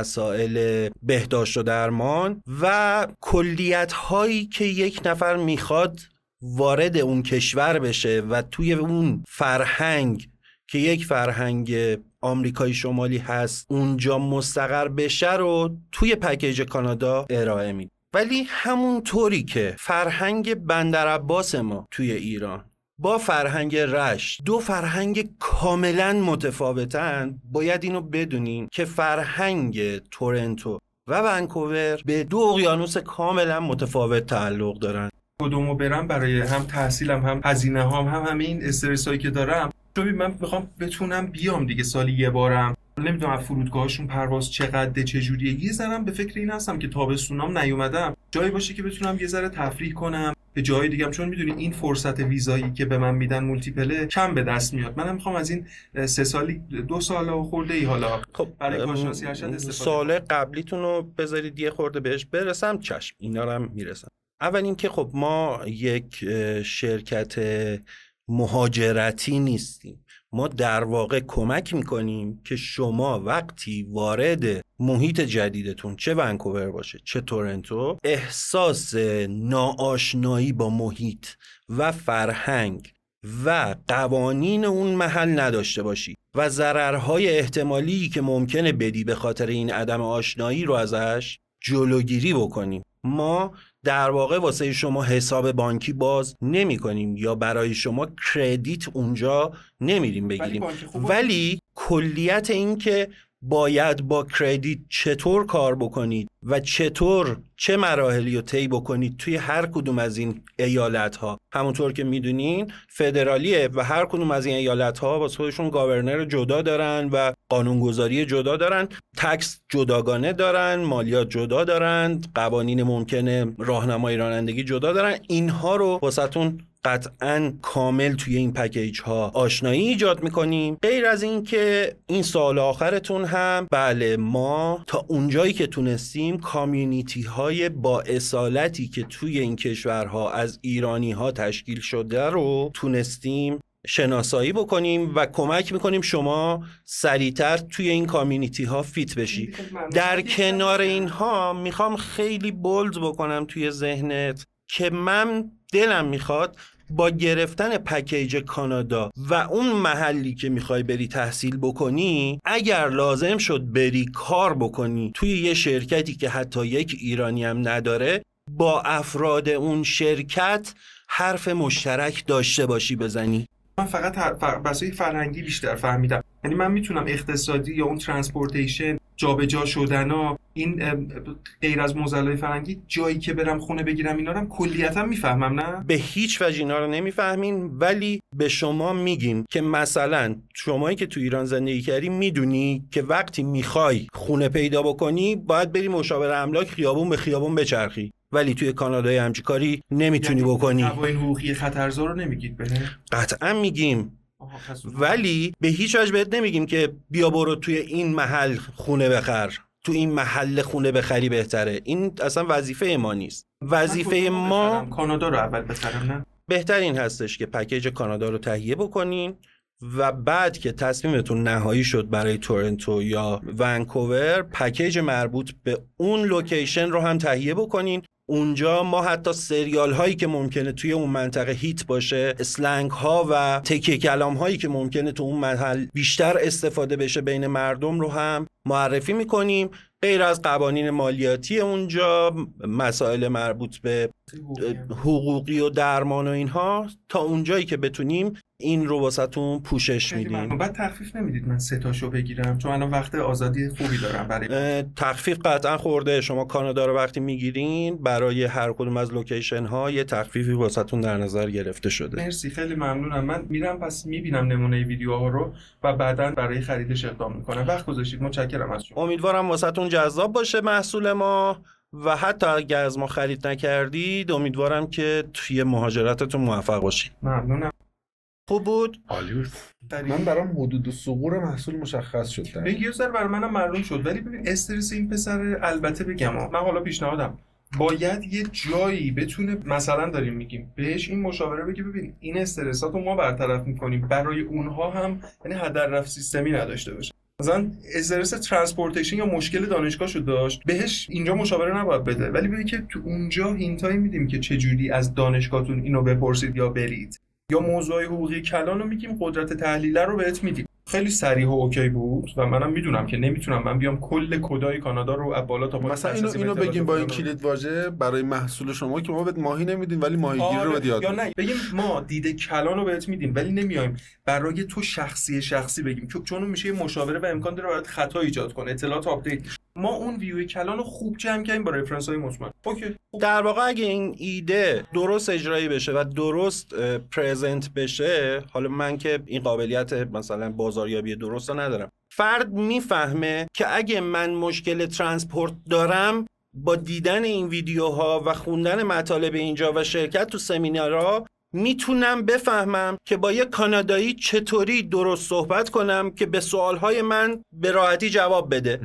مسائل بهداشت و درمان و کلیت هایی که یک نفر میخواد وارد اون کشور بشه و توی اون فرهنگ که یک فرهنگ آمریکای شمالی هست اونجا مستقر بشه رو توی پکیج کانادا ارائه میده. ولی همون طوری که فرهنگ بندرعباس ما توی ایران با فرهنگ رشت دو فرهنگ کاملا متفاوتن، باید اینو بدونین که فرهنگ تورنتو و ونکوور به دو اقیانوس کاملا متفاوت تعلق دارن. کدومو برم برای هم تحصیلم، هم هزینه هم همه این استرسایی که دارم، چون من میخوام بتونم بیام دیگه سالی یه بارم. نمیدونم فرودگاهشون پرواز چقدره، چه جوریه. یه ذرم به فکر این هستم که تابستونام نیومدم جایی باشه که بتونم یه ذره تفریح کنم به جای دیگه، چون میدونی این فرصت ویزایی که به من میدن مولتیپل کم به دست میاد. منم میخوام از این 3 سالی 2 سال و خورده ای حالا خب برای کارشناسی ارشد استفاده. سال قبلیتون رو بذارید یه خورده بهش برسم. چشم، اینا رو هم میرسم. اول این که خب ما یک شرکت مهاجرتی نیستیم، ما در واقع کمک میکنیم که شما وقتی وارد محیط جدیدتون، چه ونکوور باشه چه تورنتو، احساس ناآشنایی با محیط و فرهنگ و قوانین اون محل نداشته باشی و ضررهای احتمالی که ممکنه بدی به خاطر این عدم آشنایی رو ازش جلوگیری بکنیم. ما در واقع واسه شما حساب بانکی باز نمی کنیم یا برای شما کردیت اونجا نمیریم بگیریم، ولی کلیت این که باید با کردیت چطور کار بکنید و چطور چه مراحلی رو طی بکنید توی هر کدوم از این ایالت ها. همونطور که میدونین فدرالیه و هر کدوم از این ایالت ها واسه خودشون گاورنر جدا دارن و قانونگذاری جدا دارن، تکس جداگانه دارن، مالیات جدا دارن، قوانین ممکنه راهنمای رانندگی جدا دارن. اینها رو واسهتون قطعاً کامل توی این پکیج ها آشنایی ایجاد میکنیم. غیر از این که این سال آخرتون هم بله، ما تا اونجایی که تونستیم کامیونیتی های با اصالتی که توی این کشورها از ایرانی ها تشکیل شده رو تونستیم شناسایی بکنیم و کمک میکنیم شما سریعتر توی این کامیونیتی ها فیت بشی. در کنار اینها میخوام خیلی بولد بکنم توی ذهنت که من دلم میخواد با گرفتن پکیج کانادا و اون محلی که میخوای بری تحصیل بکنی، اگر لازم شد بری کار بکنی توی یه شرکتی که حتی یک ایرانی هم نداره، با افراد اون شرکت حرف مشترک داشته باشی بزنی. من فقط بحثای فرهنگی بیشتر فهمیدم. یعنی من میتونم اقتصادی یا اون ترانسپورتیشن، جابجا شدنا، این غیر از معضلات فرهنگی، جایی که برم خونه بگیرم اینا رو کلیتا میفهمم. نه به هیچ وجه اینا رو نمیفهمین، ولی به شما میگیم که مثلا شمایی که تو ایران زندگی کردی میدونی که وقتی میخوای خونه پیدا بکنی باید بری مشاور املاک خیابون به خیابون بچرخی، ولی توی کانادای همچین کاری نمیتونی بکنی. قوانین حقوقی خطرزا رو نمیگید بهش؟ قطعا میگیم، ولی به هیچ وجه بهت نمیگیم که بیا برو توی این محل خونه بخر، تو این محل خونه بخری بهتره. این اصلا وظیفه ما نیست. وظیفه ما کانادا رو اول بخرم. نه بهترین هستش که پکیج کانادا رو تهیه بکنین و بعد که تصمیمتون نهایی شد برای تورنتو یا ونکوور، پکیج مربوط به اون لوکیشن رو هم تهیه بکنین. اونجا ما حتی سریال هایی که ممکنه توی اون منطقه هیت باشه، اسلنگ ها و تکیه کلام هایی که ممکنه تو اون محل بیشتر استفاده بشه بین مردم رو هم معرفی میکنیم. غیر از قوانین مالیاتی اونجا، مسائل مربوط به حقوقی و درمان و اینها، تا اونجایی که بتونیم این رو واسهتون پوشش میدیم. بعد تخفیف نمیدید من 3 تاشو بگیرم؟ چون الان وقت آزادی خوبی دارم برای تخفیف. قطعا خورده. شما کانادا رو وقتی میگیرین برای هر کدوم از لوکیشن ها یه تخفیفی واسهتون در نظر گرفته شده. مرسی، خیلی ممنونم. من میرم پس میبینم نمونه ویدیوها رو و بعداً برای خریدش اقدام میکنم. وقت گذاشتید، متشکرم از شما. امیدوارم واسهتون جذاب باشه محصول ما و حتی اگه از ما خرید نکردید امیدوارم که توی مهاجرتتون موفق باشید. ممنونم. خوب بود؟ عالی بود. من برام حدود ثغور محصول مشخص شد. یه ذره برای منم معلوم شد، ولی ببین استرس این پسر، البته بگم من حالا پیشنهادم باید یه جایی بتونه، مثلا داریم میگیم بهش این مشاوره بگی ببین این استرساتو ما برطرف میکنیم، برای اونها هم یعنی هدر رفت سیستمی نداشته باشه. مثلا استرس ترانسپورتیشن یا مشکل دانشگاهشو داشت، بهش اینجا مشاوره نباید بده، ولی ببین که تو اونجا هینتایی میدیم که چه جوری از دانشگاهتون اینو بپرسید یا برید، یا موضوع حقوقی کلان رو میگیم، قدرت تحلیل رو بهت میدیم. خیلی صریح و اوکی بود و منم میدونم که نمیتونم من بیام کل کدای کانادا رو از بالا تا پایین مثلا اینو بگیم با این کلید واژه برای محصول شما که ما بهت ماهی نمیدیم ولی ماهیگیری رو بهت یاد میدیم، یا نه بگیم ما دید کلان رو بهت میدیم ولی نمیایم برای تو شخصی بگیم، چون میشه یه مشاوره و امکان داره برات خطا ایجاد کنه، اطلاعات آپدیت. ما اون ویو کلان رو خوب جمع کردیم با رفرنس های مطمئن. اوکی. در واقع اگه این ایده درست اجرایی بشه و درست پرزنت بشه، حالا من که این قابلیت مثلا بازاریابی درست رو ندارم، فرد میفهمه که اگه من مشکل ترانسپورت دارم، با دیدن این ویدیوها و خوندن مطالب اینجا و شرکت تو سمینارها میتونم بفهمم که با یه کانادایی چطوری درست صحبت کنم که به سوالهای من به راحتی جواب بده.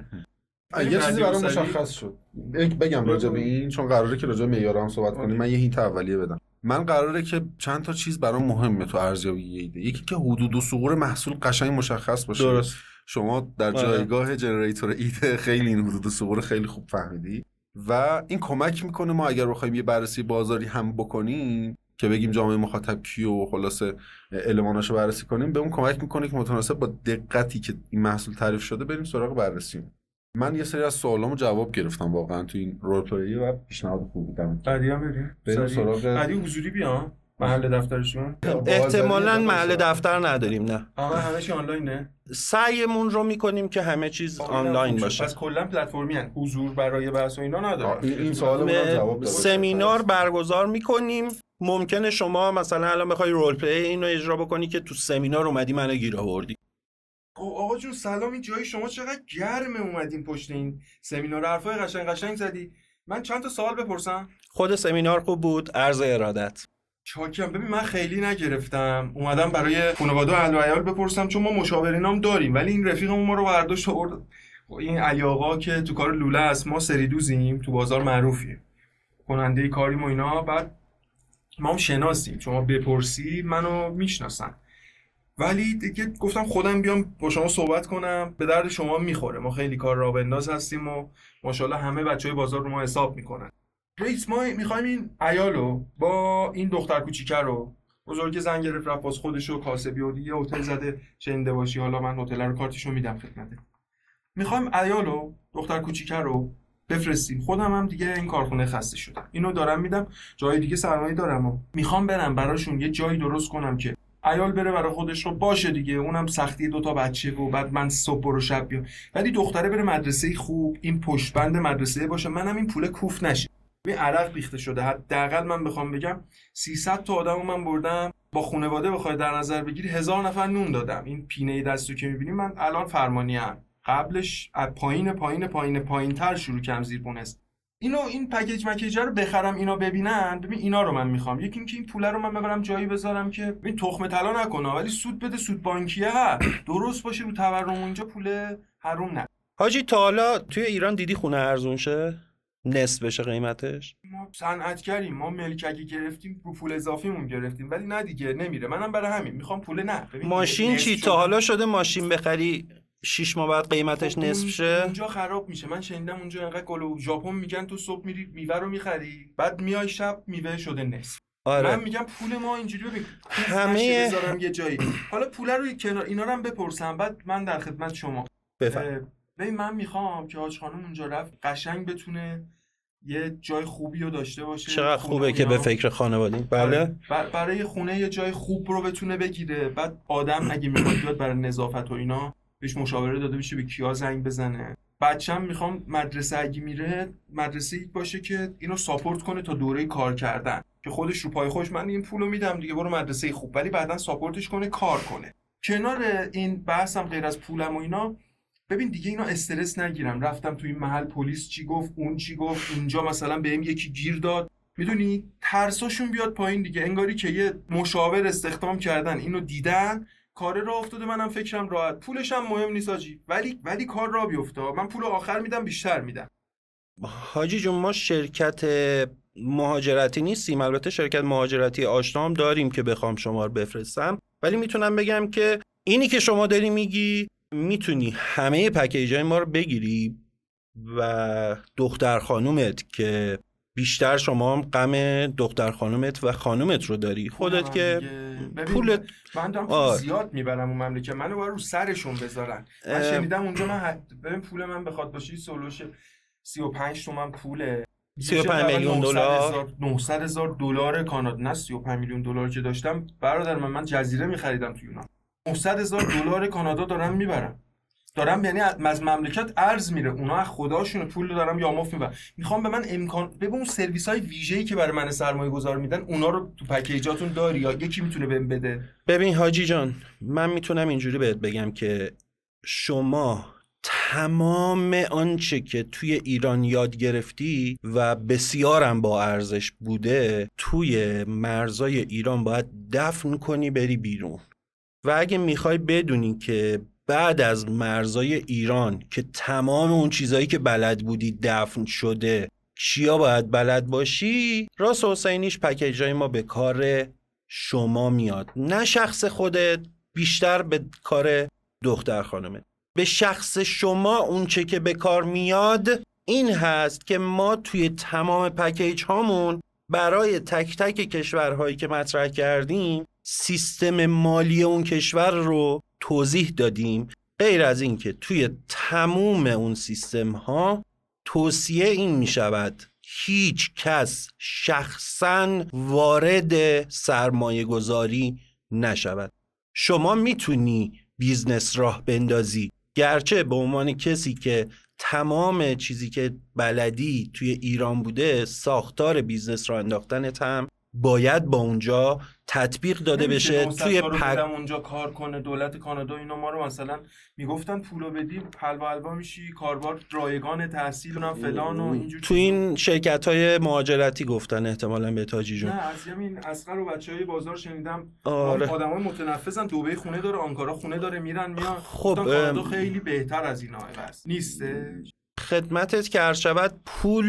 یه چیزی برام مشخص شد بگم راجع به این، چون قراره که راجع به معیارا هم صحبت کنیم. من یه هینت اولیه بدم. من قراره که چند تا چیز برام مهمه تو ارزیابی ایده. یکی که حدود و ثغور محصول قشنگ مشخص باشه. درست. شما در جایگاه جنریتور ایده خیلی این حدود و ثغور خیلی خوب فهمیدی و این کمک میکنه ما اگر بخوایم یه بررسی بازاری هم بکنیم که بگیم جامعه مخاطب کیه و خلاصه الماناشو بررسی کنیم، به اون کمک میکنه که متناسب با دقتی که این محصول تعریف شده بریم سراغ بررسی. من یه سری از سوالامو جواب گرفتم واقعا تو این رول پلی و پیشنهاد خوبی دادم. بعدی هم بریم سراغ بعدی حضوری بیام محل دفترشون. احتمالاً محل دفتر نداریم. نه همه چی آنلاینه. سعیمون رو میکنیم که همه چیز آنلاین باشه. پس کلا پلتفرمی ان حضور برای بحث و اینا نداره. این سوالمون رو جواب داد. سمینار برگزار میکنیم. ممکنه شما مثلا الان بخوای رول پلی اینو اجرا بکنی که تو سمینار اومدی منو گیر آوردی. آقا جون سلام، این جای شما چقدر گرمه، اومدین پشت این سمینار حرفای قشنگ زدی. من چند تا سوال بپرسم؟ خود سمینار خوب بود، عرض ارادت. چاکم. ببین من خیلی نگرفتم، اومدم برای خانواده و اهل و عیال بپرسم چون ما مشاورینام داریم، ولی این رفیقمون ما رو برداشت آورد. این علی آقا که تو کار لوله است، ما سریدوزیم تو بازار معروفیه، کننده کاریم و اینا، بعد ما هم شناسیم، شما بپرسی منو میشناسن، ولی دیگه گفتم خودم بیام با شما صحبت کنم، به درد شما میخوره. ما خیلی کار راه بنداز هستیم و ماشاءالله همه بچهای بازار رو ما حساب میکنن. رئیس ما میخوایم این عیالو با این دختر کوچیکه رو، بزرگ زنگ گرفت رفت باز خودشو کاسبی و دیگه هتل زده شنیده باشی، حالا من هتل رو کارتشو میدم خدمته. میخوایم عیالو دختر کوچیکه رو بفرستیم. خودم هم دیگه این کارخونه خسته شدم، اینو دارم میدم جای دیگه، سرمایه دارم و میخوام برم براشون یه جایی درست کنم که عیال بره برای خودش رو باشه دیگه، اونم سختی 2 تا بچه و بعد من صبح و شب بیام، ولی دختره بره مدرسه خوب، این پشت بند مدرسه باشه، منم این پول کوف نشه. به عرق ریخته شده. حداقل من بخوام بگم 300 تا آدمو من بردم با خانواده بخوای در نظر بگیری 1000 نفر نون دادم. این پینه دستو که می‌بینی من الان فرمانی‌ام، قبلش از پایین‌تر شروع کردم زیربونست. این پکیج مکیجا رو بخرم اینا ببینن، ببین اینا رو من میخوام. یکی اینکه این پوله رو من ببرم جایی بذارم که این تخم طلا نکنه ولی سود بده، سود بانکیه درست باشه، رو تورم اونجا پول حروم نه. حاجی تا حالا توی ایران دیدی خونه ارزون شه؟ نصف بشه قیمتش؟ ما صنعتگریم، ما ملکگی گرفتیم رو پول اضافیمون گرفتیم، ولی نه دیگه نمیره. منم برای همین میخوام پول نه. ماشین چی تا حالا شده ماشین بخری 6 ماه بعد قیمتش نصف شه؟ اونجا خراب میشه. من شنیدم اونجا انقدر گلو ژاپن میگن تو صبح میری میوه رو میخری بعد میای شب میوه شده نصف. آره. من میگم پول ما اینجوری ببین همه بذارم یه جایی. حالا پول رو کنار اینا رو هم بپرسم بعد من در خدمت شما. ببین من میخوام که حاج خانم اونجا رفت قشنگ بتونه یه جای خوبی رو داشته باشه. چقدر خوبه که به فکر خانوادگی. بله. برای خونه یه جای خوب رو بتونه بگیره. بعد آدم اگه میخواد بیاد برای نظافت و اینا بهش مشاوره داده بشه به کیا زنگ بزنه. بچه‌م میخوام مدرسه اگه میره مدرسه‌ای باشه که اینو ساپورت کنه تا دوره کار کردن، که خودش رو پای خودش من این پولو میدم دیگه برو مدرسه خوب، ولی بعداً ساپورتش کنه کار کنه. کنار این بحثم غیر از پولم و اینا، ببین دیگه اینا استرس نگیرم. رفتم تو این محل پلیس چی گفت، اون چی گفت، اینجا مثلا بهم یکی گیر داد، میدونی ترساشون بیاد پایین دیگه. انگاری که یه مشاور استخدام کردن، اینو دیدن کار راه افتاده، منم فکرم راحت، پولش هم مهم نیست حاجی، ولی کار راه بیفته. من پول آخر میدم بیشتر میدم. حاجی جون ما شرکت مهاجرتی نیستیم، البته شرکت مهاجرتی آشنا هم داریم که بخوام شما رو بفرستم، ولی میتونم بگم که اینی که شما داری میگی میتونی همه پکیجای ما رو بگیری و دختر خانومت که بیشتر شما هم غم دختر خانومت و خانومت رو داری خودت که پولت من دارم پول زیاد میبرم اون مملکت، منو باید رو سرشون بذارن. من شنیدم اونجا من ببین پول من بخواد باشه سولوش 35 تومن پوله، 35 میلیون دلار، 900,000 دلار کانادا، نه 35 میلیون دلار که داشتم برادر من جزیره می‌خریدم تو یونان. 900,000 دلار کانادا دارم میبرم، دارم یعنی از مملکت ارز میره، اونا از خداشون پول دارم یا مفت میبرم. میخوام به من امکان ببین اون سرویس‌های ویژه‌ای که برای من سرمایه‌گذار میدن اونا رو تو پکیجاتون داری یا یکی میتونه بهم بده؟ ببین حاجی جان من میتونم اینجوری بهت بگم که شما تمام آنچه که توی ایران یاد گرفتی و بسیارم با ارزش بوده توی مرزای ایران باید دفن کنی بری بیرون. و اگه میخوای بدونی که بعد از مرزای ایران که تمام اون چیزایی که بلد بودی دفن شده چیا باید بلد باشی، راست حسینیش پکیجای ما به کار شما میاد، نه شخص خودت، بیشتر به کار دختر خانمت. به شخص شما اون چه که به کار میاد این هست که ما توی تمام پکیج هامون برای تک تک کشورهایی که مطرح کردیم سیستم مالی اون کشور رو توضیح دادیم. غیر از این که توی تمام اون سیستم ها توصیه این می شود هیچ کس شخصاً وارد سرمایه گذاری نشود. شما میتونی بیزنس راه بندازی، گرچه به عنوان کسی که تمام چیزی که بلدی توی ایران بوده، ساختار بیزنس راه انداختنت هم باید با اونجا تطبیق داده بشه. توی اونجا کار کنه دولت کانادا اینا ما رو مثلا میگفتن پولو بدیم حلوا میشی، کاربار رایگان تحصیل اونم فلان و اینجوری. تو این شرکت‌های مهاجرتی گفتن احتمالاً به تاجی جون. نه از همین اصغر و بچهای بازار شنیدم. آره. آدمای متنفسن، دبی خونه داره، آنکارا خونه داره، میرن میان. خب کانادا خیلی بهتر از اینا هست. نیسته؟ خدمتت که عرض شود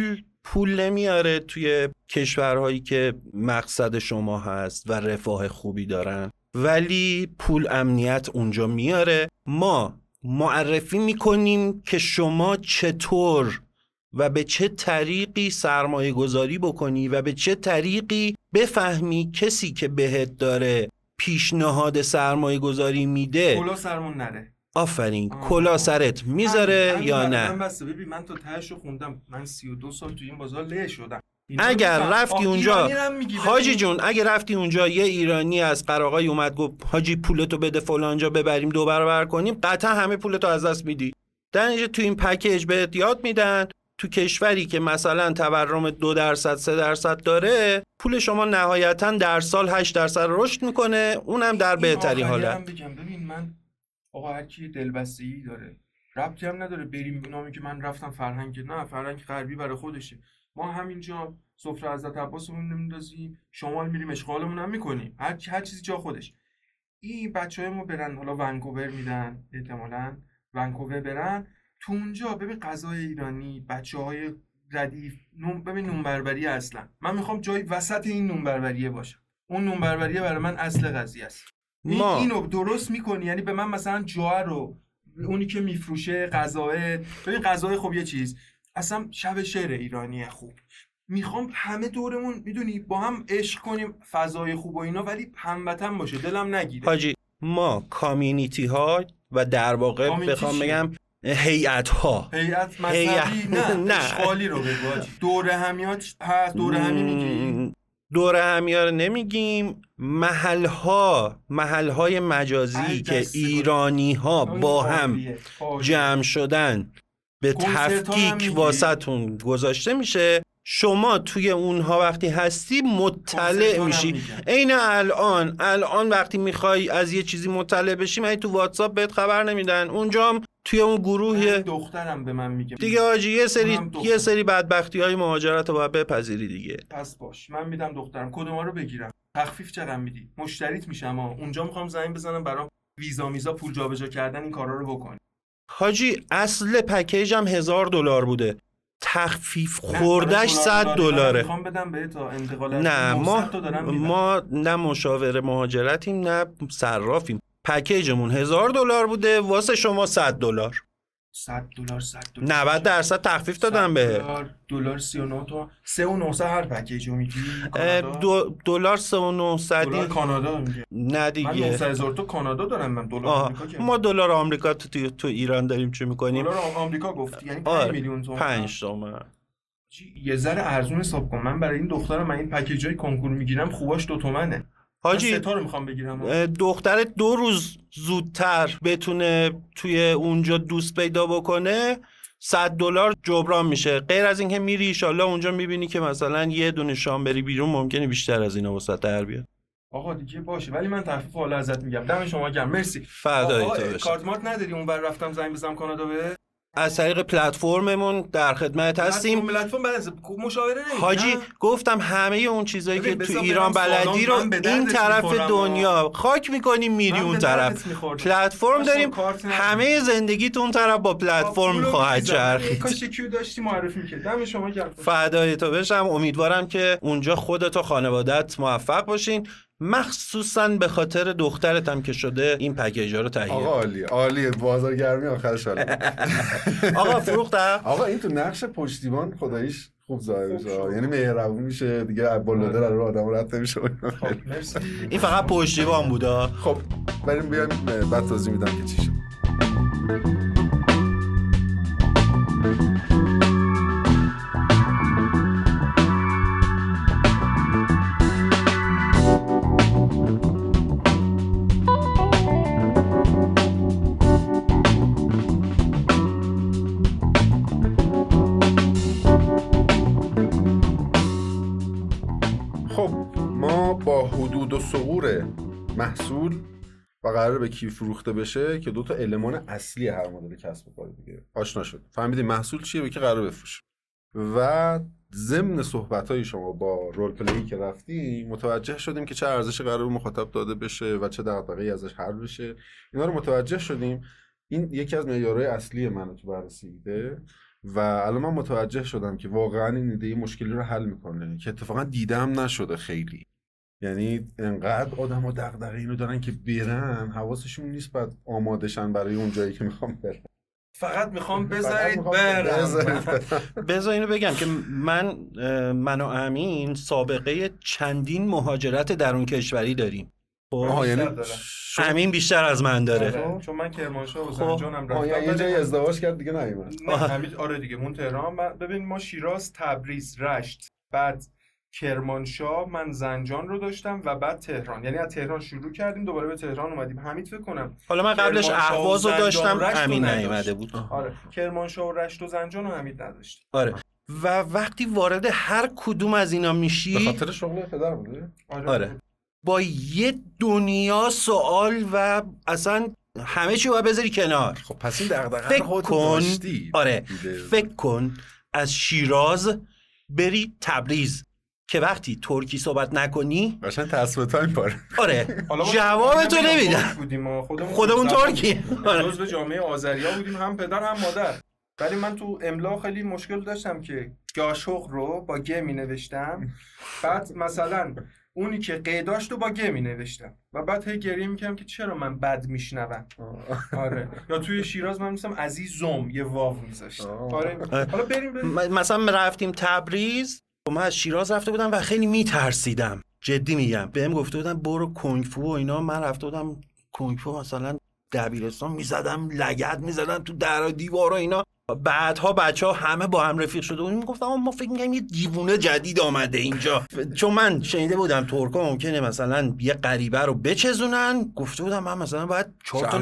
پول نمیاره توی کشورهایی که مقصد شما هست و رفاه خوبی دارن، ولی پول امنیت اونجا میاره. ما معرفی میکنیم که شما چطور و به چه طریقی سرمایه گذاری بکنی و به چه طریقی بفهمی کسی که بهت داره پیشنهاد سرمایه گذاری میده کلا سرمون نره. آفرین کلا سرت میذاره یا نه. من بس ببین من تا تهشو خوندم، من 32 سال تو این بازار له شدم. اگر رفتی اونجا حاجی جون جون، اگه رفتی اونجا یه ایرانی از قراقای اومد گفت حاجی پولتو بده فلانجا ببریم 2 برابر کنیم، قطعا همه پولتو از دست میدی. در اینجا تو این پکیج بهت یاد میدن تو کشوری که مثلا تورم 2% 3% داره، پول شما نهایتا در سال 8% رشد میکنه، اونم در بهترین حالت. ببین من آقا هر کی دلبستگی داره، ربطی هم نداره بریم نامی که من رفتم فرهنگ، نه فرهنگ غربی برای خودشه. ما همینجا سفره حضرت عباسمون نمیندازیم، شمال میریم اشغالمون هم میکنیم، هر چیزی جا خودش. این بچهای ما برن حالا ونکوور میدن، احتمالاً ونکوور برن تو اونجا ببین غذای ایرانی، بچهای ردیف، ببین نون بربری. اصلا من میخوام جای وسط این نون بربریه باشم. اون نون بربریه برای من اصل قضیه است. اینو درست میکنی، یعنی به من مثلا جوار رو اونی که میفروشه غذاه، ببین غذای خوب یه چیز، اصلا شب شعر ایرانیه خوب. میخوام همه دورمون میدونی با هم عشق کنیم، فضای خوب و اینا، ولی هموطن باشه، دلم نگیره. حاجی ما کامیونیتی ها و در واقع بخوام بگم هیئت مذهبی نه اشغالی رو بگو حاجی. دوره همیات هست، دوره همی میگیم، دوره همی‌ها رو نمیگیم، محل‌های مجازی که ایرانی‌ها با هم جمع شدن به تفکیک واسطون گذاشته میشه. شما توی اونها وقتی هستی مطلع میشی. عین الان وقتی میخوای از یه چیزی مطلع بشی، من تو واتساپ بهت خبر نمیدن، اونجام توی اون گروه دخترم به من میگه دیگه حاجی یه سری بدبختی‌های مهاجرت رو باید بپذیری دیگه. پس باش، من میدم دخترم کدوما رو بگیرم، تخفیف چقدر میدی، مشتریت میشم اونجا میخوام زنگ بزنم برام ویزا پول جابجا کردن این کارا رو بکنی. حاجی اصل پکیجم $1000 بوده، تخفیف خوردش $100. میخوام بدم به تا انتقالات. نه ما نه مشاور مهاجرتیم نه صرافیم. پکیجمون $1000 بوده، واسه شما $100. $100 90% تخفیف دادم به دلار 39 تا 3.9 هر پکیجو میگی. دلار 3.9 کانادا میگه. نه دیگه من 900,000 تا کانادا دارم، من دلار آمریکا که ما دلار آمریکا تو ایران داریم چه میکنیم؟ دلار آمریکا گفتی یعنی 5 میلیون تومان. 5 تومن. یه ذره ارزون حساب کن. من برای این دخترم من این پکیجای کنکور میگیرم، خوباش 2 تومنه. حاجی 3 تا رو میخوام بگیرم. دختر 2 روز زودتر بتونه توی اونجا دوست پیدا بکنه $100 جبران میشه. غیر از این که میری ایشالله اونجا میبینی که مثلا یه دونه شام بری بیرون ممکنه بیشتر از اینا واسه در بیاد. آقا دیگه باشه، ولی من تخفیف حالا ازت میگم. دم شما گرم، مرسی. فدای تو بشه. کارت مارت نداری اونور رفتم زنگ بزنم کانادا به؟ از طریق پلتفرممون در خدمت هستیم. پلتفرم بلنس مشاوره نمیدی؟ حاجی گفتم همه اون چیزایی که تو ایران بلدی رو این طرف دنیا خاک میکنیم میری اون طرف. پلتفرم داریم، همه زندگیتون اون طرف با پلتفرم خواهد چرخید. کاش کیو داشتی معرفی می‌کرد. دم شما گرم. فدای تو بشم. امیدوارم که اونجا خودت و خانواده‌ات موفق باشین، مخصوصا به خاطر دخترتم که شده این پکیجا رو تهیه. آقا عالیه بازارگرمی آخر سال. آقا فروختم. آقا این تو نقش پشتیبان خداییش خوب ظاهر میشه، یعنی مهربون میشه دیگه، بالاده رو آدم رد نمیشه. مرسی. این فقط پشتیبان بوده. خب بریم بیایم بعد توضیح میدم که چی شد. با حدود و ثغور محصول و قراره به کی فروخته بشه که 2 تا المان اصلی هر مدل کسب و کار دیگه آشنا شد. فهمیدیم محصول چیه، به کی قراره بفروشه. و ضمن صحبت‌های شما با رول پلی که رفتیم متوجه شدیم که چه ارزشی قراره به مخاطب داده بشه و چه دغدغه‌ای ازش حل بشه. اینا رو متوجه شدیم. این یکی از معیارهای اصلی منو تو بررسی ایده و الان من متوجه شدم که واقعا این ایده مشکلی رو حل میکنه که اتفاقا دیدم نشده خیلی. یعنی انقدر آدم‌ها دغدغه اینو دارن که برن، حواسشون نیست بعد آمادهشن برای اون جایی که میخوام برن. فقط میخوام بذارید برم. بذار اینو بگم که من و امین سابقه چندین مهاجرت درون کشوری داریم. یعنی امین بیشتر از من داره. چون من کرمانشاه و زنجانم رفتم. یه جایی ازدواج کرد دیگه نیومد. آره دیگه مون تهران. ببین ما شیراز، تبریز، رشت، بعد کرمانشاه، من زنجان رو داشتم و بعد تهران. یعنی از تهران شروع کردیم دوباره به تهران اومدیم. حمید فکر کنم حالا من قبلش کرمانشاه و اهواز رو زنجان داشتم، و رشت رو امین نداشت. نیومده بود. آره کرمانشاه و رشت و زنجان رو حمید نداشت. آره و وقتی وارد هر کدوم از اینا میشی به خاطر شغل پدر بوده؟ آره با یه دنیا سوال و اصلا همه چی باید بذاری کنار. خب پس این دغدغه فکر رو خودت کن داشتی. آره فکر کن از شیراز بری تبریز که وقتی ترکی صحبت نکنی قشنگ تصویر تایم پاره. آره حالا ما جواب تو نمیدن. بودیم خودمون ترکی جزء جامعه آذریا بودیم، هم پدر هم مادر. ولی من تو املا خیلی مشکل داشتم که گاشوق رو با گ می نوشتم، بعد مثلا اونی که قیداش رو با گ می نوشتم و بعد هی گریه میکردم که چرا من بد میشنوم. آره یا توی شیراز من مثلا عزیزم یه واو میذاشتم. آره حالا بریم مثلا رفتیم تبریز، من از شیراز رفته بودم و خیلی میترسیدم، جدی میگم. بهم گفته بودن برو کنگ فو و اینا، من رفته بودم کنگ فو مثلا دبیرستان میزدم لگد میزدم تو در و دیوار و اینا. بعدها بچه‌ها همه با هم رفیق شده بودیم، میگفتم ما فکر می‌کنیم یه دیوونه جدید آمده اینجا. چون من شنیده بودم ترکا ممکنه مثلا یه غریبه رو بچزونن، گفته بودم من مثلا باید 4 تا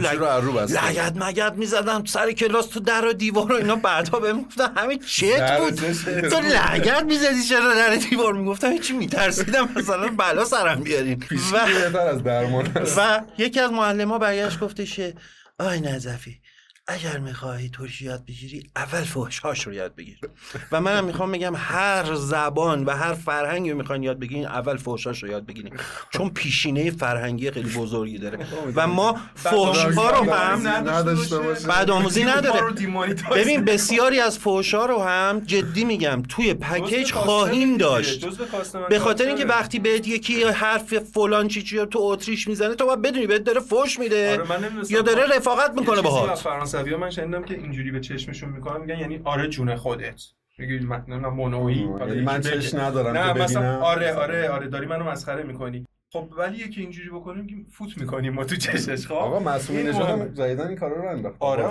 لگد مگد میزدم سر کلاس تو در و دیوار و اینا. بعدها بهم گفتن همه چت بود تو لگد میزدی چرا در دیوار؟ میگفتم هیچی میترسیدم مثلا بلا سرم بیارین. و بهتر از درمان است. و یکی از معلم‌ها برگشت گفتش آی نظفی اگر میخوایی ترکی یاد بگیری اول فحش‌هاش رو یاد بگیر. و منم میخوام بگم هر زبان و هر فرهنگی رو میخواین یاد بگیرین اول فحش‌هاش رو یاد بگیرین، چون پیشینه فرهنگی خیلی بزرگی داره و ما فحش‌ها رو هم نداشته باشیم. بعد آموزی نداره. ببین بسیاری از فحش‌ها رو هم جدی میگم توی پکیج خواهیم داشت، به خاطر اینکه وقتی بهت یکی حرف فلان چیزی رو تو اتریش میزنه تو باید بدونی بهت داره فحش میده یا داره رفاقت میکنه باهات. فرانسوی‌ها من شنیدم که اینجوری به چشمشون میکنن، میگن یعنی آره جون خودت، میگی من منوی من چش ندارم نه که مثلا ببینم. آره داری منو مسخره میکنی. خب ولی یکی اینجوری بکنیم که فوت میکنیم ما تو چشش. خب آقا معصومی نژاد جدیدن این کارا رو انداخت.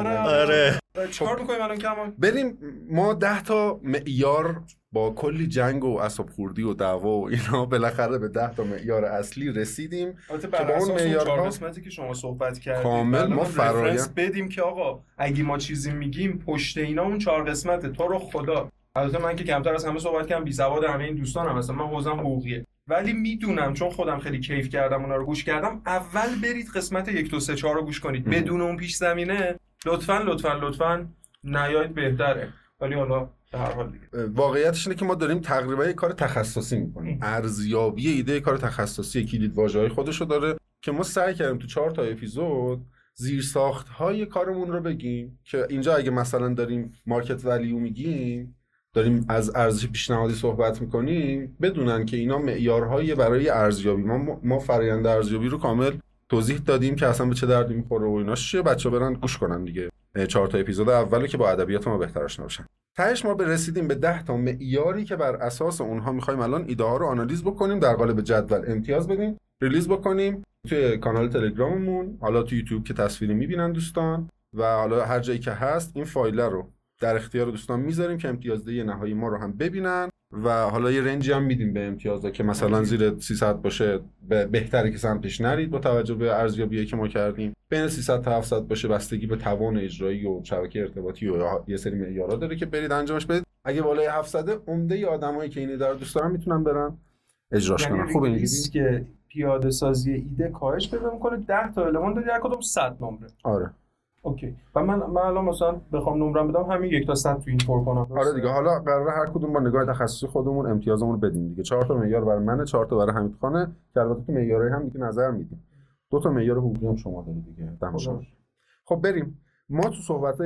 آره چیکار میکنیم الان که بریم ما 10 تا معیار با کلی جنگ و اعصاب خوردی و دعوا و اینا بالاخره به 10 تا معیار اصلی رسیدیم که بر اساس اون 4 قسمتی که شما صحبت کردید کامل ما فرآیند بدیم که آقا اگه ما چیزی میگیم پشت اینا اون 4 قسمته. تو رو خدا البته من که کمتر از همه صحبت کردم، بی سواد همه این دوستانم، مثلا من حوزم حقوقیه، ولی میدونم چون خودم خیلی کیف کردم اونا رو گوش کردم. اول برید قسمت 1 2 3 4 رو گوش کنید بدون اون پیش زمینه. لطفاً نیاید بهتره. ولی حالا به هر حال دیگه واقعیتش اینه که ما داریم تقریبا یه کار تخصصی میکنیم. ارزیابی ایده کار تخصصی کلید واژه‌های خودشو داره که ما سعی کردیم تو 4 تا اپیزود زیرساخت‌های کارمون رو بگیم که اینجا اگه مثلا داریم مارکت ولیو میگیم، داریم از ارزش پیشنهادی صحبت میکنیم، بدونن که اینا معیارهای برای ارزیابی. ما فرآیند ارزیابی رو کامل توضیح دادیم که اصلا به چه دردی میخوره و ایناش چیه. بچه‌ها برن گوش کنن دیگه 4 تا اپیزود اولو که با ادبیات ما بهتر آشنا بشن. تهش ما رسیدیم به 10 تا معیاری که بر اساس اونها میخوایم الان ایده ها رو آنالیز بکنیم، در قالب جدول امتیاز بدیم، ریلیز بکنیم توی کانال تلگراممون، حالا تو یوتیوب که تصویری میبینن دوستان و حالا هر جایی که هست این فایل رو در اختیار دوستان میذاریم که امتیازدهی نهایی ما رو هم ببینن و حالا یه رنجی هم میدیم به امتیازها که مثلا زیر 300 باشه بهتره که سمتش نرید با توجه به ارزیابیایی که ما کردیم، بین 300 تا 700 باشه بستگی به توان اجرایی و شبکه ارتباطی و یه سری معیارا داره که برید انجامش بدید. اگه بالای 700 عمده آدمایی که اینو دوست دارن میتونن برن اجراش کنن. خوب اینجوری که پیاده سازی ایده کاهش پیدا میکنه. 10 تا المان داره، هر کدوم 100 نمره. آره اوکی. و من الان مثلا بخوام نمرم بدم همین 1 تا 100 تو این پر کنم. آره دیگه حالا قراره هر کدوم با نگاه تخصصی خودمون امتیازمون رو بدیم دیگه. 4 تا معیار برای منه، 4 تا برای حمید خانه که البته تو معیارهای هم دیگه نظر میدیم. 2 تا معیار حقوقی هم شما دارید دیگه. خب بریم. ما تو صحبت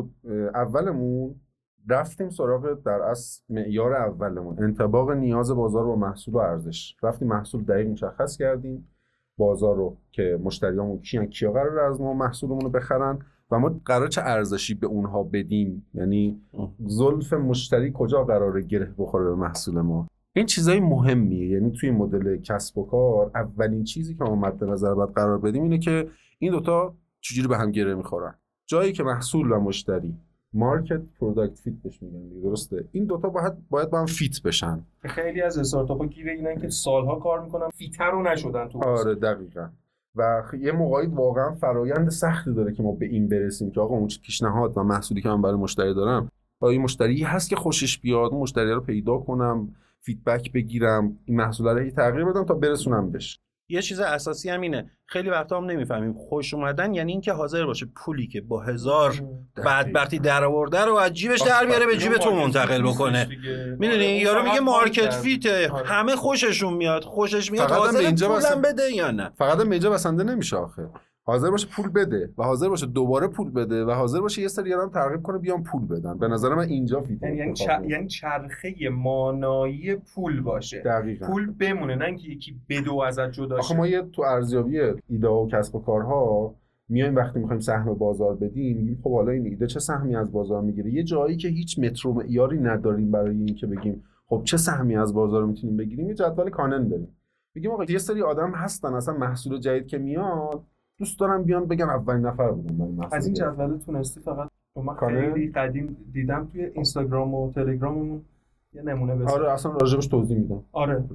اولمون رفتیم سراغ در اصل معیار اولمون، انطباق نیاز بازار با محصول و ارزش. رفتیم محصول دقیق مشخص کردیم، بازار رو که مشتریامون کیا قراره از ما محصولمون رو بخرن و ما قراره چه ارزشی به اونها بدیم، یعنی زلف مشتری کجا قراره گره بخوره به محصول ما. این چیزای مهمیه. یعنی توی مدل کسب و کار اولین چیزی که ما مد نظر باید قرار بدیم اینه که این دوتا چجوری به هم گره میخورن. جایی که محصول و مشتری مارکت پروداکت فیت بهش میگن دیگه، درسته؟ این دوتا باید با هم فیت بشن. خیلی از استارتاپ‌ها گیر اینن که سالها کار میکنن فیتر رو نشدن تو. آره دقیقاً. و یه موقعی واقعا فرایند سختی داره که ما به این برسیم که آقا اون پیشنهاد و محصولی که من برای مشتری دارم، آیا مشتری هست که خوشش بیاد، اون مشتری رو پیدا کنم، فیدبک بگیرم، این محصول رو تغییر بدم تا برسونم بهش. یه چیز اساسی هم اینه، خیلی وقتا هم نمیفهمیم خوش اومدن یعنی اینکه حاضر باشه پولی که با 1000 بدبختی در آورده رو از جیبش در بیاره به جیب تو منتقل بکنه. میدونی یارو میگه مارکت فیته، همه خوششون میاد، حاضر پولم بده یا نه. فقط هم به اینجا بسنده نمیشه آخه، حاضر باشه پول بده و حاضر باشه دوباره پول بده و حاضر باشه یه سری هم ترغیب کنه بیان پول بدن. به نظر من اینجا فیته، یعنی چرخه مانایی پول باشه. دقیقاً. پول بمونه، نه اینکه یکی بدو ازت جدا شه. آخه ما تو ارزیابی ایده و کسب و کارها میایم وقتی میخوایم سهم بازار بدیم میگیم خب حالا این ایده چه سهمی از بازار میگیره. یه جایی که هیچ متر و معیاری نداریم برای اینکه بگیم خب چه سهمی از بازار میتونیم بگیریم، یه جدول کانن داریم. میگیم آقا یه سری آدم هستن اصلا محصول جدید که میاد دوست دارم بیان بگن اولین نفر بودم. از این جدول تونستی فقط من خیلی قدیم دیدم توی اینستاگرام و تلگراممون یه نمونه بذار. آره اصلا راجبش توضیح میدم. آره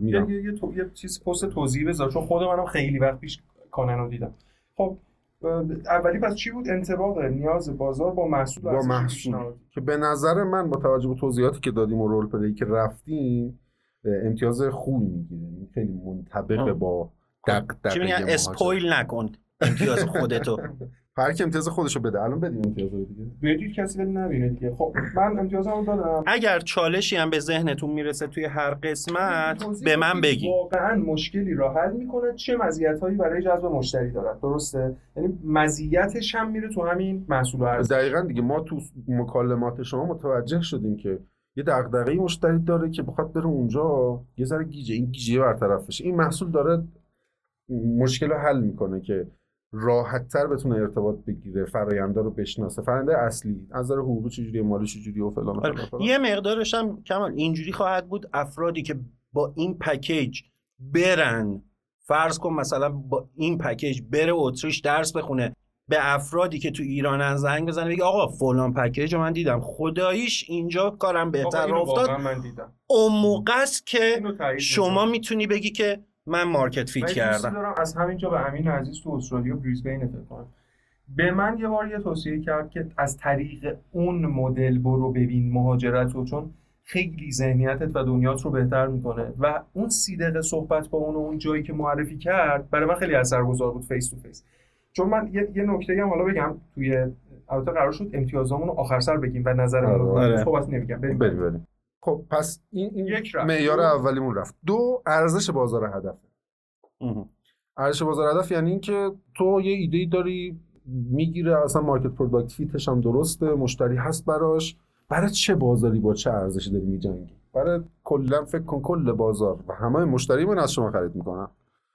یه چیز پست توضیح بذار، چون خود منم خیلی وقت پیش کانن رو دیدم. خب اولی پس چی بود؟ انطباق نیاز بازار با محصول که به نظر من با توجه به توضیحاتی که دادیم و رول پلی که رفتیم امتیاز خوبی میگیره، خیلی منطبق با دغدغه. چی میگن اسپویل نکن امتیاز خودتو. هر کی امتیاز خودشو بده. الان بدیم امتیاز رو دیگه. بدید کسی ولی نبینه دیگه. خب من امتیازمو دادم. اگر چالشی هم به ذهنتون میرسه توی هر قسمت به من بگید. واقعا مشکلی را حل میکنه، چه مزیتایی برای جذب مشتری داره. درسته؟ یعنی مزیتش هم میره تو همین محصول و ارزش. دقیقاً دیگه ما تو مکالمات شما متوجه شدیم که یه دغدغه مشتری داره که بخواد بره اونجا یه ذره این گیجه برطرف بشه. این محصول داره مشکل رو حل میکنه که راحت‌تر بتونه ارتباط بگیره، فراینده رو بشناسه، فراینده اصلی از نظر حقوقی چجوریه، مالی چجوریه و فلان. یه مقدارش هم کمال اینجوری خواهد بود افرادی که با این پکیج برن، فرض کن مثلا با این پکیج بره اتریش درس بخونه، به افرادی که تو ایرانن زنگ بزنه بگه آقا فلان پکیج من دیدم خداییش اینجا کارم بهتر افتاد، اون موقع است که شما میتونی بگی که من مارکت فیت کردم. دارم از همینجا به امین عزیز تو استرالیا بریزبین فکر کنم به من یه بار یه توصیه کرد که از طریق اون مدل برو ببین مهاجرت رو، چون خیلی ذهنیتت و دنیات رو بهتر میکنه. و اون 30 دقیقه صحبت با اون جایی که معرفی کرد برای من خیلی اثرگذار بود، فیس تو فیس. چون من یه نکته هم حالا بگم، توی البته قرار شد امتیازامون رو آخر سر بگیم و نظرمون رو صحبت نمیگم. بریم. خب پس این معیار اولیمون رفت. 2 ارزش بازار هدف. ارزش بازار هدف یعنی این که تو یه ایده‌ای داری میگیره، اصلا مارکت پروداکت فیتش هم درسته، مشتری هست براش، برای چه بازاری با چه ارزشی داری میجنگی؟ برای کلا فکر کن کل بازار و همه مشتری من از شما خرید میکنن،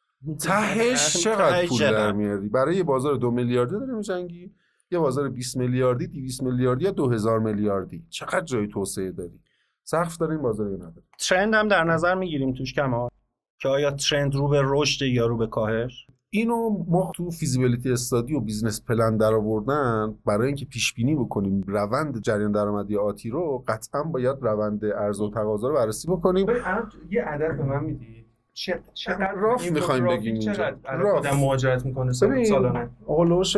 تهش چقدر پول در میاری؟ برای یه بازار 2 میلیاردی داری میجنگی، یه بازار 20 میلیاردی، 200 میلیاردی یا 2000 میلیاردی، چقدر جای توسعه داری؟ سقف داره این بازار یا نداره؟ ترند هم در نظر میگیریم توش کما که آیا ترند رو به رشد یا رو به کاهش؟ اینو ما تو فیزیبیلیتی استادی و بیزنس پلن در آوردن برای اینکه پیش بینی بکنیم روند جریان درآمدی آتی رو، قطعا باید روند عرضه و تقاضا رو بررسی بکنیم. یه عدد به من میدید چقدر راف می‌خوایم بگیم چقدر آدم مهاجرت میکنه سالانه؟ اولش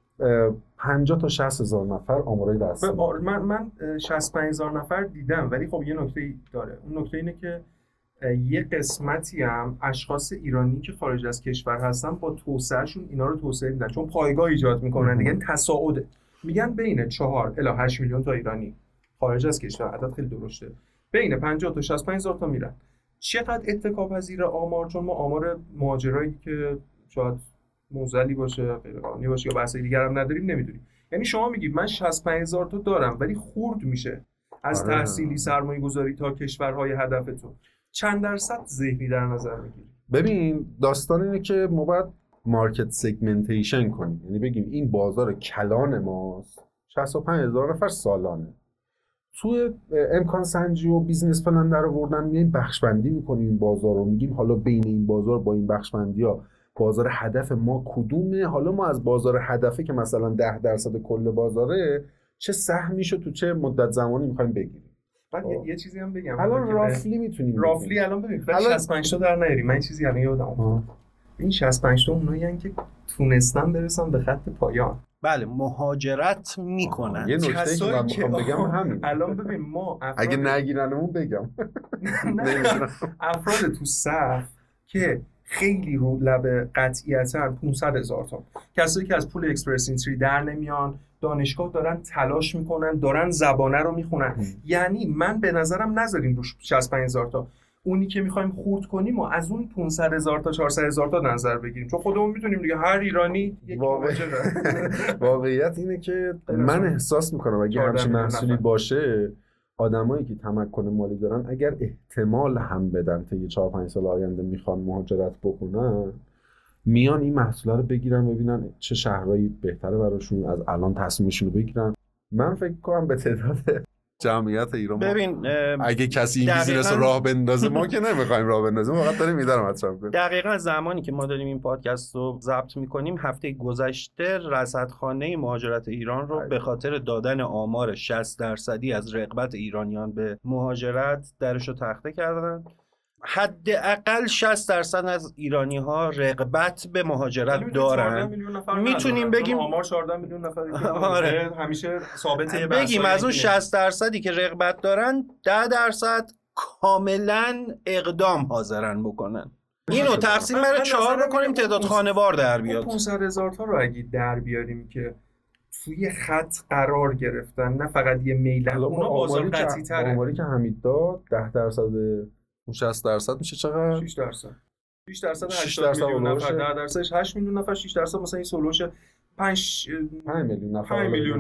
50 تا 60 هزار نفر آمارای دستی. من 65,000 نفر دیدم، ولی خب یه نکته داره. اون نکته اینه که یه قسمتی هم اشخاص ایرانی که خارج از کشور هستن با توسعهشون اینا رو توسعه میدن، چون پایگاه ایجاد میکنن دیگه. تصاعده میگن بین 4 الی 8 میلیون تا ایرانی خارج از کشور، عدد خیلی درشته، بین 50 تا 65,000 تا میرن. چقدر اتکاپذیر آمار؟ چون ما آمار مهاجرایی که شاید موزلی باشه، غیر قانونی باشه یا بحثای دیگر هم نداریم نمیدونیم. یعنی شما میگید من 65,000 تا دارم ولی خورد میشه از تحصیلی، سرمایه گذاری تا کشورهای هدفتون. چند درصد ذهنی در نظر میگیری؟ ببین داستان اینه که ما باید مارکت سگمنتیشن کنیم، یعنی بگیم این بازار کلان ماست 65,000 نفر سالانه. توی امکان سنجی و بیزنس پلن در آوردن میایم بخش بندی میکنیم این بازار رو، میگیم حالا بین این بازار با این بخش بندی ها بازار هدف ما کدومه. حالا ما از بازار هدفه که مثلا 10% کل بازاره چه سهمیشو تو چه مدت زمانی می‌خوایم بگیریم. بعد یه چیزی هم بگم الان رافلی میتونیم رافلی الان ببین 65 تا در نیاری. من چیزی الان یادم اومد این 65 تا اونایین که تونستن برسن به خط پایان. بله مهاجرت میکنن. یه نکته که من میخوام بگم همین. الان ببین ما اگه نگیرنمون بگم افراد تو صف که خیلی رو لب قطعیتاً 500,000 تا کسایی که از پول اکسپرس اینتری در نمیان، دانشگاه دارن تلاش میکنن، دارن زبانه رو میخونن. یعنی من به نظرم نذاریم روش 65,000 تا، اونی که میخوایم خورد کنیم و از اون 500,000 تا 400,000 تا نظر بگیریم، چون خودمون میتونیم دیگه هر ایرانی یک واقعیت اینه که من احساس میکنم اگه همچین محصولی باشه، آدمایی که تمکن مالی دارن اگر احتمال هم بدن تا یه 4-5 سال آینده میخوان مهاجرت بکنن، میان این محصولا رو بگیرن، ببینن چه شهرهایی بهتره براشون، از الان تصمیمشون رو بگیرن. من فکر کنم به تعداد جمعیت ایران ببین اگه کسی این بیزینس رو راه بندازه، ما که نمیخوایم راه بندازیم، فقط داریم ایده رو مطرح کنیم. دقیقاً زمانی که ما داریم این پادکست رو ضبط میکنیم هفته گذشته رصدخانه مهاجرت ایران رو به خاطر دادن آمار 60% از رغبت ایرانیان به مهاجرت درش رو تخته کردن. حداقل 60% از ایرانی‌ها رغبت به مهاجرت دارن. میتونیم بگیم آمار 14 میلیون نفری که آره همیشه ثابته. بگیم از اون 60% که رغبت دارن 10% کاملا اقدام حاضرن بکنن. اینو تقسیم بر 4 بکنیم تعداد خانوار در بیاد. 500,000 تا رو اگه در بیاریم که توی خط قرار گرفتن، نه فقط یه میل، اونا بازار قطعی تره. آماری که حمید داد 10% اون 60% میشه چقدر؟ 6%. 6% 80 میلیون نفر، 10%ش 8 میلیون نفر، 6% مثلا این سولوش 5 میلیون نفر.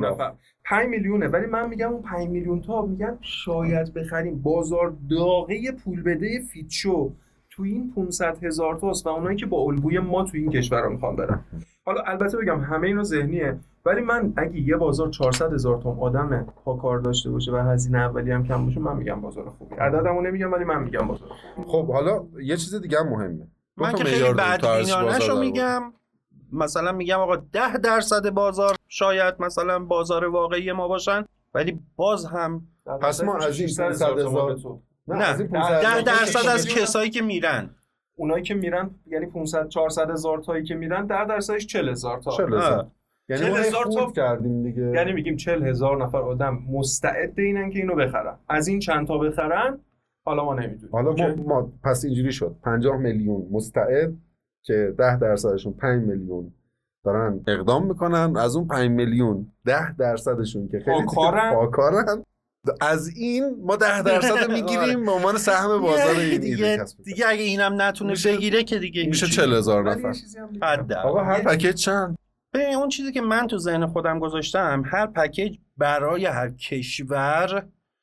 5 میلیونه. ولی من میگم اون 5 میلیون تا میگن شاید بخریم. بازار داغه پول بده فیتشو تو این 500,000 تاست و اونایی که با الگوی ما تو این کشورا میخوان برن. حالا البته بگم همه اینا ذهنیه، ولی من اگه یه بازار 400,000 تا آدم پا کار داشته باشه و هزینه اولیه هم کم باشه، من میگم بازار خوبی. عددمو نمیگم ولی من میگم بازار خوبی. خب حالا یه چیز دیگه هم مهمه. من که خیلی بدبینانه‌شو میگم، مثلا میگم آقا 10% بازار شاید مثلا بازار واقعی ما باشن، ولی باز هم پس ما از این 500,000 نه 10% از کسایی که میرن، اونایی که میرن یعنی 400,000 تایی که میرن 10%ش 40,000 تا. یعنی 40,000 تا کردیم دیگه. یعنی میگیم 40,000 نفر آدم مستعد اینن که اینو بخرن. از این چند تا بخرن حالا ما نمیدونیم. حالا ما پس اینجوری شد 50 میلیون مستعد که 10%شون 5 میلیون دارن اقدام میکنن، از اون 5 میلیون 10%شون که خیلی پاکارن، از این ما 10% میگیریم به عنوان سهم بازار این دیگه اگه اینم نتونه بگیره که دیگه میشه 40,000 نفر. آقا هر پکیج چند؟ ببین اون چیزی که من تو ذهن خودم گذاشتم، هر پکیج برای هر کشور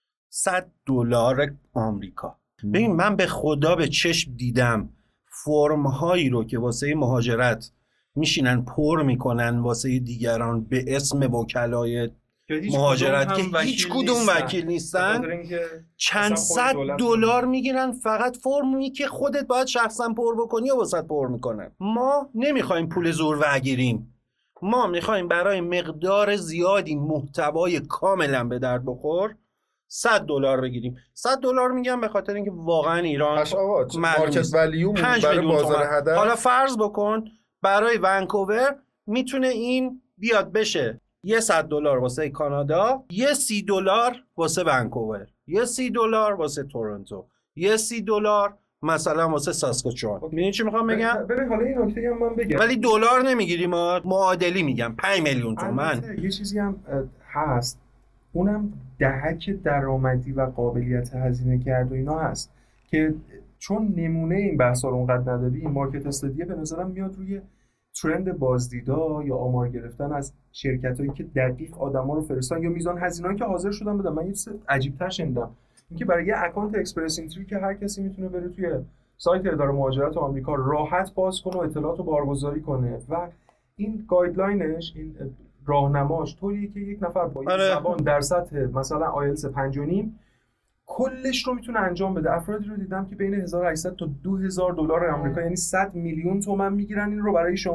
$100 آمریکا. ببین من به خدا به چشم دیدم فرم هایی رو که واسه مهاجرت میشینن پر میکنن واسه دیگران به اسم وکلای مهاجرت که هیچ کدوم وکیل نیستن، چند صد دلار میگیرن فقط فرمی که خودت باید شخصا پر بکنی و واسط پر میکنن. ما نمیخوایم پول زور وگیریم، ما میخوایم برای مقدار زیادی محتوای کاملا به درد بخور $100 بگیریم. $100 میگم به خاطر اینکه واقعا ایران مارکت ولیو برای بازار هدف. حالا فرض بکن برای ونکوور میتونه این بیاد بشه یه $100 واسه کانادا، یه $30 واسه ونکوور، یه $30 واسه تورنتو، یه $30 مثلا واسه ساسکاچوان. میدونی چی میخوام بگم؟ ببین حالا این نکته هم من بگم، ولی دلار نمیگیریم، معادلی میگم 5 میلیون تومان. یه چیزی هم هست، اونم دهک درآمدی و قابلیت هزینه کرد و اینا هست که چون نمونه این بحثا رو اونقدر نداری، این مارکت استادیه به نظرم میاد روی ترند بازدیدا یا آمار گرفتن از شرکتایی که دقیق آدما رو فرستن یا میزان هزینه‌ای که حاضر شدن بدن. من یه چیز عجیب‌تر شنیدم، اینکه برای یه اکانت اکسپرس اینتری که هر کسی میتونه بره توی سایت اداره مهاجرت آمریکا راحت باز کنه و اطلاعاتو بارگذاری کنه و این گایدلاینش، این راهنماش طوریه که یک نفر با یک زبان در سطح مثلا آیلتس 5.5 کلش رو میتونه انجام بده. افرادی رو دیدم که بین $1,800 تا $2,000 آمریکا، یعنی 100 میلیون تومان میگیرن این رو برای شما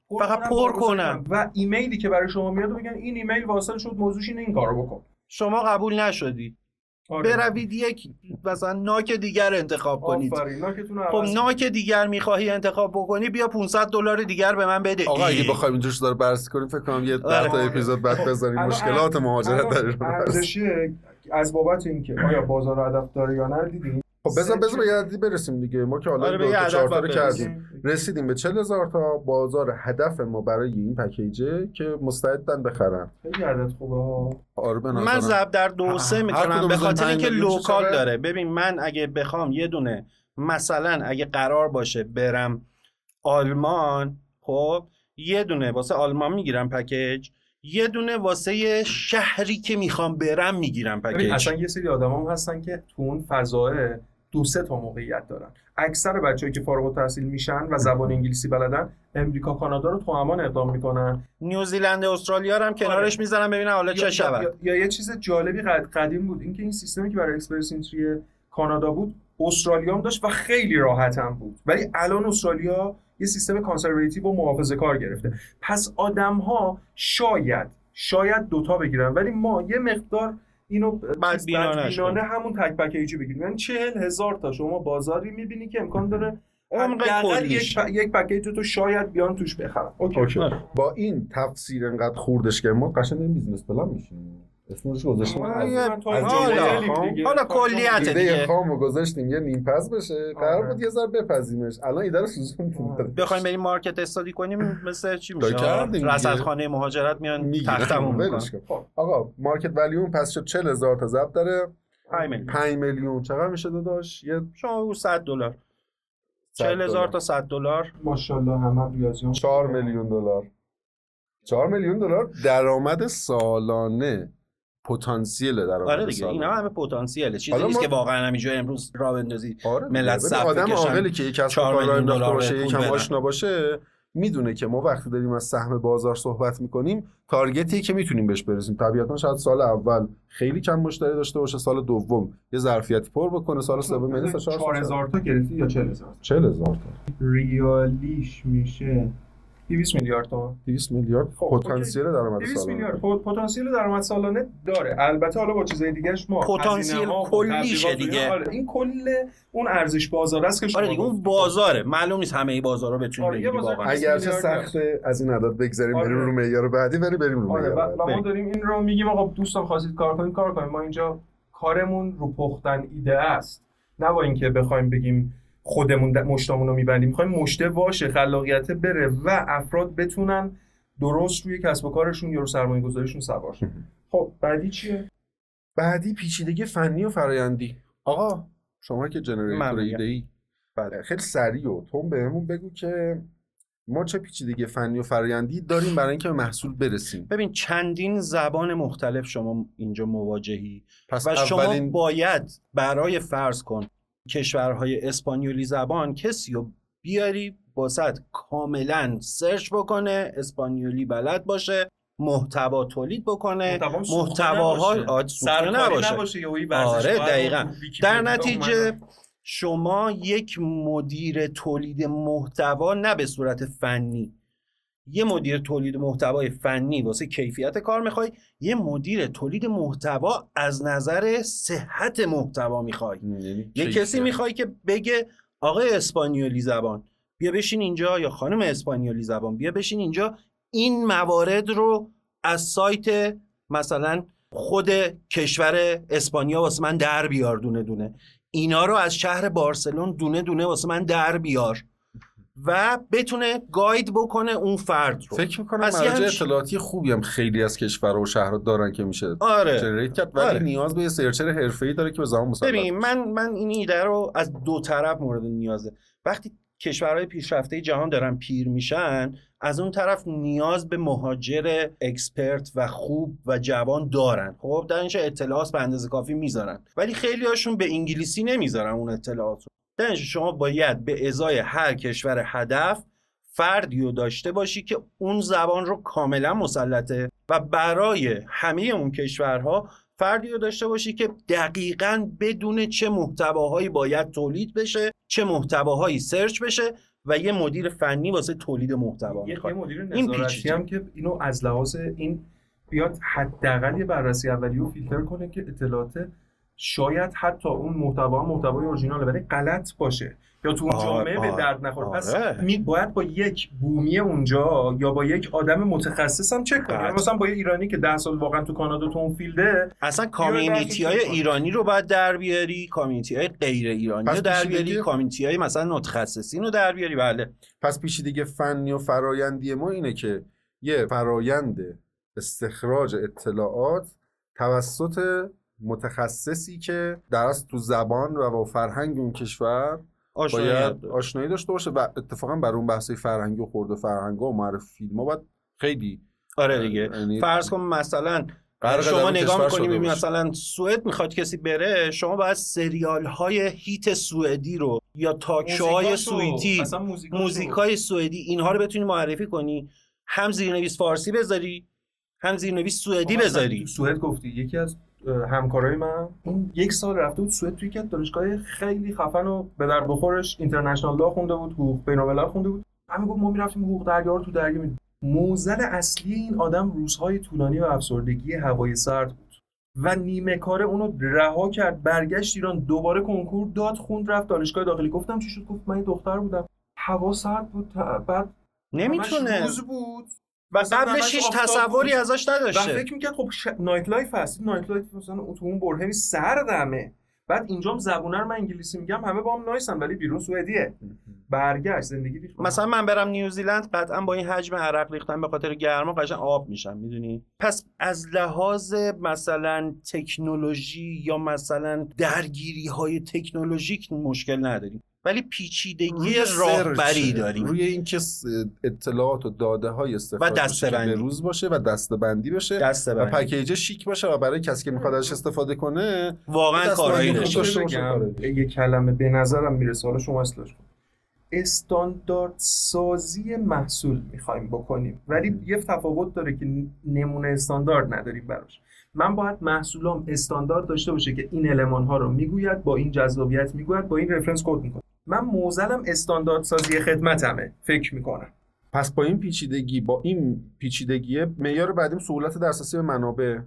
فقط پر کنن و ایمیلی که برای شما میاد بگن این ایمیل واصل شد موضوعش اینه این کارو بکن. شما قبول نشدی بروید یک مثلا ناک دیگر انتخاب کنید. خب ناک دیگر میخواهی انتخاب بکنی بیا $500 دیگر به من بده. آقا اگه بخوایم اینجوری داره بررسی کنیم فکر کنم یه 10 تا اپیزود بعد بذاریم مشکلات مهاجرت در ایران ارزشه از بابت اینکه آیا بازار هدف داره یا نه دیدین. خب بذار به یه عددی برسیم دیگه. ما که حالا 2 تا رو کردیم رسیدیم به 40,000 تا بازار هدف ما برای این پکیجه که مستعدن بخرن. خیلی عدد خوبه ها. آره من ضرب در 2-3 میکنم به خاطر اینکه لوکال داره. ببین من اگه بخوام یه دونه مثلا اگه قرار باشه برم آلمان، خب یه دونه واسه آلمان میگیرم پکیج، یه دونه واسه شهری که میخوام برم میگیرم پکیج. اصلا یه سری آدما هم هستن که تو اون فضا 2-3 تا موقعیت دارن. اکثر بچه‌ای که فارغ التحصیل میشن و زبان انگلیسی بلدن امریکا کانادا رو توأمان اقدام میکنن. نیوزیلند استرالیا رو هم کنارش میذارن ببینن حالا چه شود. یا یه چیز جالبی قدیم بود اینکه این سیستمی که برای اکسپرس انتری کانادا بود استرالیا هم داشت و خیلی راحت هم بود، ولی الان استرالیا یه سیستم کانسرواتیو و محافظه‌کار گرفته. پس آدم‌ها شاید 2 تا بگیرن، ولی ما یه مقدار اینو بدبینانه همون تک پکیجی بگیریم. یعنی 40,000 تا شما بازاری می‌بینی که امکان داره یک پکیج تو شاید بیان توش بخرن. اوکی. با این تفسیر انقدر خوردش که ما قشنگ بیزنس پلان میشیم. اسمش گذاشتیم حالا کلیت دیگه ایده خامو گذاشتیم یه نیم پس بشه، قرار بود یه ذره بپزیمش، الان ایده رو سوزوندیم. بخوایم بریم مارکت استادی کنیم مثل چی میشه؟ رصدخانه مهاجرت میان تختمون میکنن. آقا مارکت ولیوم پس شد 40,000 تا ضرب داره 5 میلیون چقدر میشه داداش؟ یه شما $100 40,000 تا $100 ماشاءالله همه ریاضیام 4 میلیون دلار 4 میلیون دلار درآمد سالانه پتانسیل درآمد. آره دیگه اینا همه پتانسیله، چیزی نیست که واقعا همینجا امروز راه بندازی. آره ملت صف آدم عاقلی که یک کسب و کار راه انداخته باشه یکم آشنا باشه میدونه که ما وقتی داریم از سهم بازار صحبت میکنیم تارگتی که میتونیم بهش برسیم. طبیعتا شاید سال اول خیلی کم مشتری داشته باشه، سال دوم یه ظرفیت پر بکنه، سال سوم یعنی 4000 تا گرفتی یا 40,000 تا ریالیش میشه 200 میلیارد تومان. 200 میلیارد پتانسیل درآمد سالانه. 200 میلیارد پتانسیل درآمد سالانه داره. البته حالا با چیزای دیگه‌اش ما پتانسیل کلیشه دیگه. این کل اون ارزش بازار است که آره دیگه اون بازاره. معلوم نیست همه ای بازارا بتونن بگیری واقعا. اگرچه سخته از این عدد بگذریم بریم رو معیار بعدی بریم رو معیار بعدی. و ما داریم این رو میگیم آقا دوستان خواستید کار کنیم. ما اینجا کارمون رو پختن ایده است. نه با اینکه بخوایم بگیم خودمون مشتامون رو میبندیم، میخوایم مشته باشه، خلاقیت بره و افراد بتونن درست روی کسب و کارشون یا رو سرمایه گذاریشون سوار شن. خب بعدی چیه؟ بعدی پیچیدگی فنی و فرآیندی. آقا شما که جنریتور ایده‌ای خیلی سریع و تون بهمون بگو که ما چه پیچیدگی فنی و فرآیندی داریم برای اینکه به محصول برسیم. ببین چندین زبان مختلف شما اینجا مواجهی و شما باید برای فرض کن کشورهای اسپانیولی زبان کسی رو بیاری باسط کاملا سرچ بکنه، اسپانیولی بلد باشه، محتوا تولید بکنه، محتواها سرکاری نباشه. آره دقیقاً. در نتیجه شما یک مدیر تولید محتوا نه به صورت فنی، یه مدیر تولید محتوای فنی واسه کیفیت کار میخوای، یه مدیر تولید محتوا از نظر صحت محتوا میخوای. یه کسی میخوای که بگه آقای اسپانیولی زبان بیا بشین اینجا، یا خانم اسپانیولی زبان بیا بشین اینجا، این موارد رو از سایت مثلا خود کشور اسپانیا واسه من در بیار، دونه دونه اینا رو از شهر بارسلون دونه دونه واسه من در بیار و بتونه گاید بکنه اون فرد رو. فکر میکنم مراجع اطلاعاتی خوبی هم خیلی از کشورها و شهرها دارن که میشه جنریت کرد، ولی نیاز به یه سرچر حرفه‌ای داره که به زمان مسلط. ببین من این ایده رو از دو طرف مورد نیازه. وقتی کشورهای پیشرفته جهان دارن پیر میشن، از اون طرف نیاز به مهاجر اکسپرت و خوب و جوان دارن. خب در اینجا اطلاعات به اندازه کافی میذارن، ولی خیلی هاشون به انگلیسی نمیذارن اون اطلاعات رو. در اینجا شما باید به ازای هر کشور هدف فردی رو داشته باشی که اون زبان رو کاملا مسلطه و برای همه اون کشورها فردی رو داشته باشی که دقیقاً بدونه چه محتواهایی باید تولید بشه، چه محتواهایی سرچ بشه و یه مدیر فنی واسه تولید محتوا یه میخواد. مدیر این نظارتی پیچیده. هم که اینو از لحاظ این بیاد حداقل یه بررسی اولیه رو فیلتر کنه که اطلاعات شاید حتی اون محتوای اورجینال ولی غلط باشه یا تو اون جامعه به درد نخوره. پس باید با یک بومی اونجا یا با یک آدم متخصص هم چک کنی. مثلا با یه ایرانی که 10 سال واقعا تو کانادا تو اون فیلده، اصلا کامیونیتی‌های ایرانی رو باید در بیاری، کامیونیتی‌های غیر ایرانی رو در بیاری، کامیونیتی‌های مثلا متخصصین رو در بیاری. بله. پس پیچیدگی فنی و فرایندی ما اینه که یه فرایند استخراج اطلاعات توسط متخصصی که درست تو زبان و با فرهنگ اون کشور باید آشنایی داشته باشه و اتفاقا برای اون بحثی فرهنگی و خورده فرهنگا و معرفی فیلم‌ها باید خیلی دیگه فرض کن مثلا شما نگاه می‌کنی می‌بینی مثلا سوئد میخواد کسی بره، شما باید سریال‌های هیت سوئدی رو یا تاک شوهای سوئدی، موزیکای سوئدی اینها رو بتونی معرفی کنی، هم زیرنویس فارسی بذاری هم زیرنویس سوئدی بذاری. سوئد گفتی یکی از همکارای من این 1 سال رفته بود سوئد توی یک دانشگاه خیلی خفن و به درد بخورش اینترنشنال لا خونده بود، حقوق بین‌الملل خونده بود. همین گفت ما میرفتیم حقوق دریا رو تو دریا می‌دیدیم. موزل اصلی این آدم روزهای طولانی و افسردگی هوای سرد بود و نیمه کاره اونو رها کرد، برگشت ایران، دوباره کنکور داد، خوند، رفت دانشگاه داخلی. گفتم چی شد؟ گفت من دختر بودم، هوا سرد بود، بعد نمیتونه روز بود و قبلش هیچ تصوری ازش نداشته و فکر می‌کرد خب نایت لایف هست، نایت لایف مثلا تو اون برهه سردمه. بعد اینجام زبونه رو من انگلیسی میگم همه با هم نایسن ولی بیرون سوئدیه. برگشت زندگی ریخت. مثلا من برم نیوزیلند قطعا با این حجم عرق ریختن به خاطر گرما قشنگ آب میشم، میدونی. پس از لحاظ مثلا تکنولوژی یا مثلا درگیری‌های تکنولوژیک مشکل نداریم، ولی پیچیدگی راهبری داریم روی اینکه اطلاعات و داده‌های استفاده به روز باشه و دسته‌بندی بشه و پکیج شیک باشه و برای کسی که میخواد ازش استفاده کنه واقعا کارایی داشته باشه. یه کلمه به نظرم میرسه، حالا شما اصلاحش کن. استاندارد سازی محصول میخوایم بکنیم ولی یه تفاوت داره که نمونه استاندارد نداریم براش. من باید محصولام استاندارد داشته باشه که این المان‌ها رو میگوید، با این جذابیت میگوید، با این رفرنس کد میکنه. من موزلم استاندارد سازی خدمتمه فکر میکنم. پس با این پیچیدگی معیار بعدیم سهولت دسترسی به منابع.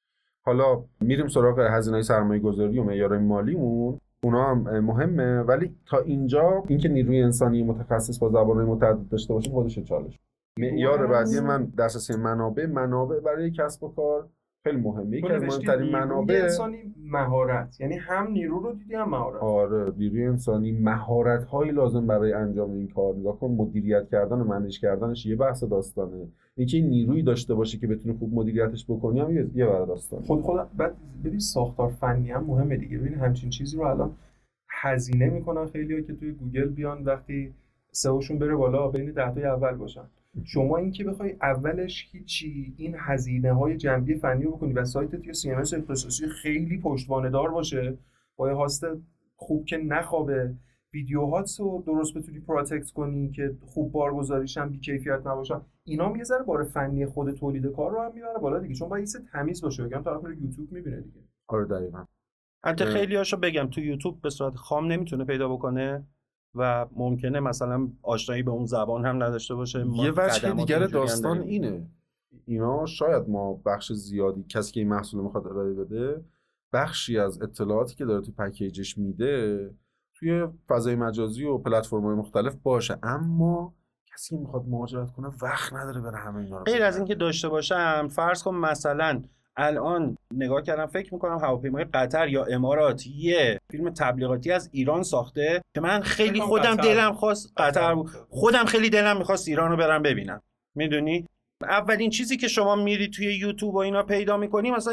حالا میریم سراغ هزینه‌های سرمایه‌گذاری و معیارهای مالیمون، اونا هم مهمه، ولی تا اینجا اینکه نیروی انسانی متخصص با زبان‌های متعدد داشته باشه خودش چالش. معیار بعدی من دسترسی منابع برای کسب و کار خیلی مهمه. یکی از مهمترین منابع انسانی مهارت، یعنی هم نیرو رو دیدی هم مهارت. آره، نیروی انسانی مهارت‌هایی لازم برای انجام این کار. نگاه کن، مدیریت کردن و منیج کردنش یه بحث داستانه. اینکه نیرویی داشته باشی که بتونی خوب مدیریتش بکنی هم یه بحث داستانه. خود بعد ببین ساختار فنی هم مهمه دیگه. ببین همچین چیزی رو الان هزینه میکنن خیلی‌ها که توی گوگل بیان وقتی سئوشون بره بالا بین 10 تا اول باشن. شما اینکه بخوای اولش هیچی این هزینه‌های جنبی فنی رو بکنی و سایتت یا سی ام اس اختصاصی خیلی پشتوانه‌دار باشه با یه هاست خوب که نخوابه، ویدیوهات رو درست بتونی پروتکت کنی که خوب بارگذاریش هم بی کیفیت نباشه، اینا یه ذره بار فنی خود تولید کار رو هم میبره بالا دیگه. چون باید یه تمیز باشه، بگم طرف میره یوتیوب میبینه دیگه. آره دقیقاً. البته خیلیاشو بگم تو یوتیوب به صورت خام نمیتونه پیدا بکنه و ممکنه مثلا آشنایی به اون زبان هم نداشته باشه. یه وجه دیگر داستان اینه، اینا شاید ما بخش زیادی کسی که این محصول میخواد ارائه بده بخشی از اطلاعاتی که داره تو پکیجش میده توی فضای مجازی و پلتفرم‌های مختلف باشه، اما کسی که میخواد مهاجرت کنه وقت نداره بره همه اینا رو. غیر از اینکه داشته باشم، فرض کن مثلا الان نگاه کردم فکر میکنم هواپیمای قطر یا امارات یه فیلم تبلیغاتی از ایران ساخته که من خیلی خودم دلم خواست قطر بود، خودم خیلی دلم میخواست ایران رو برم ببینم. میدونی اولین چیزی که شما میری توی یوتیوب و اینا پیدا میکنی مثلا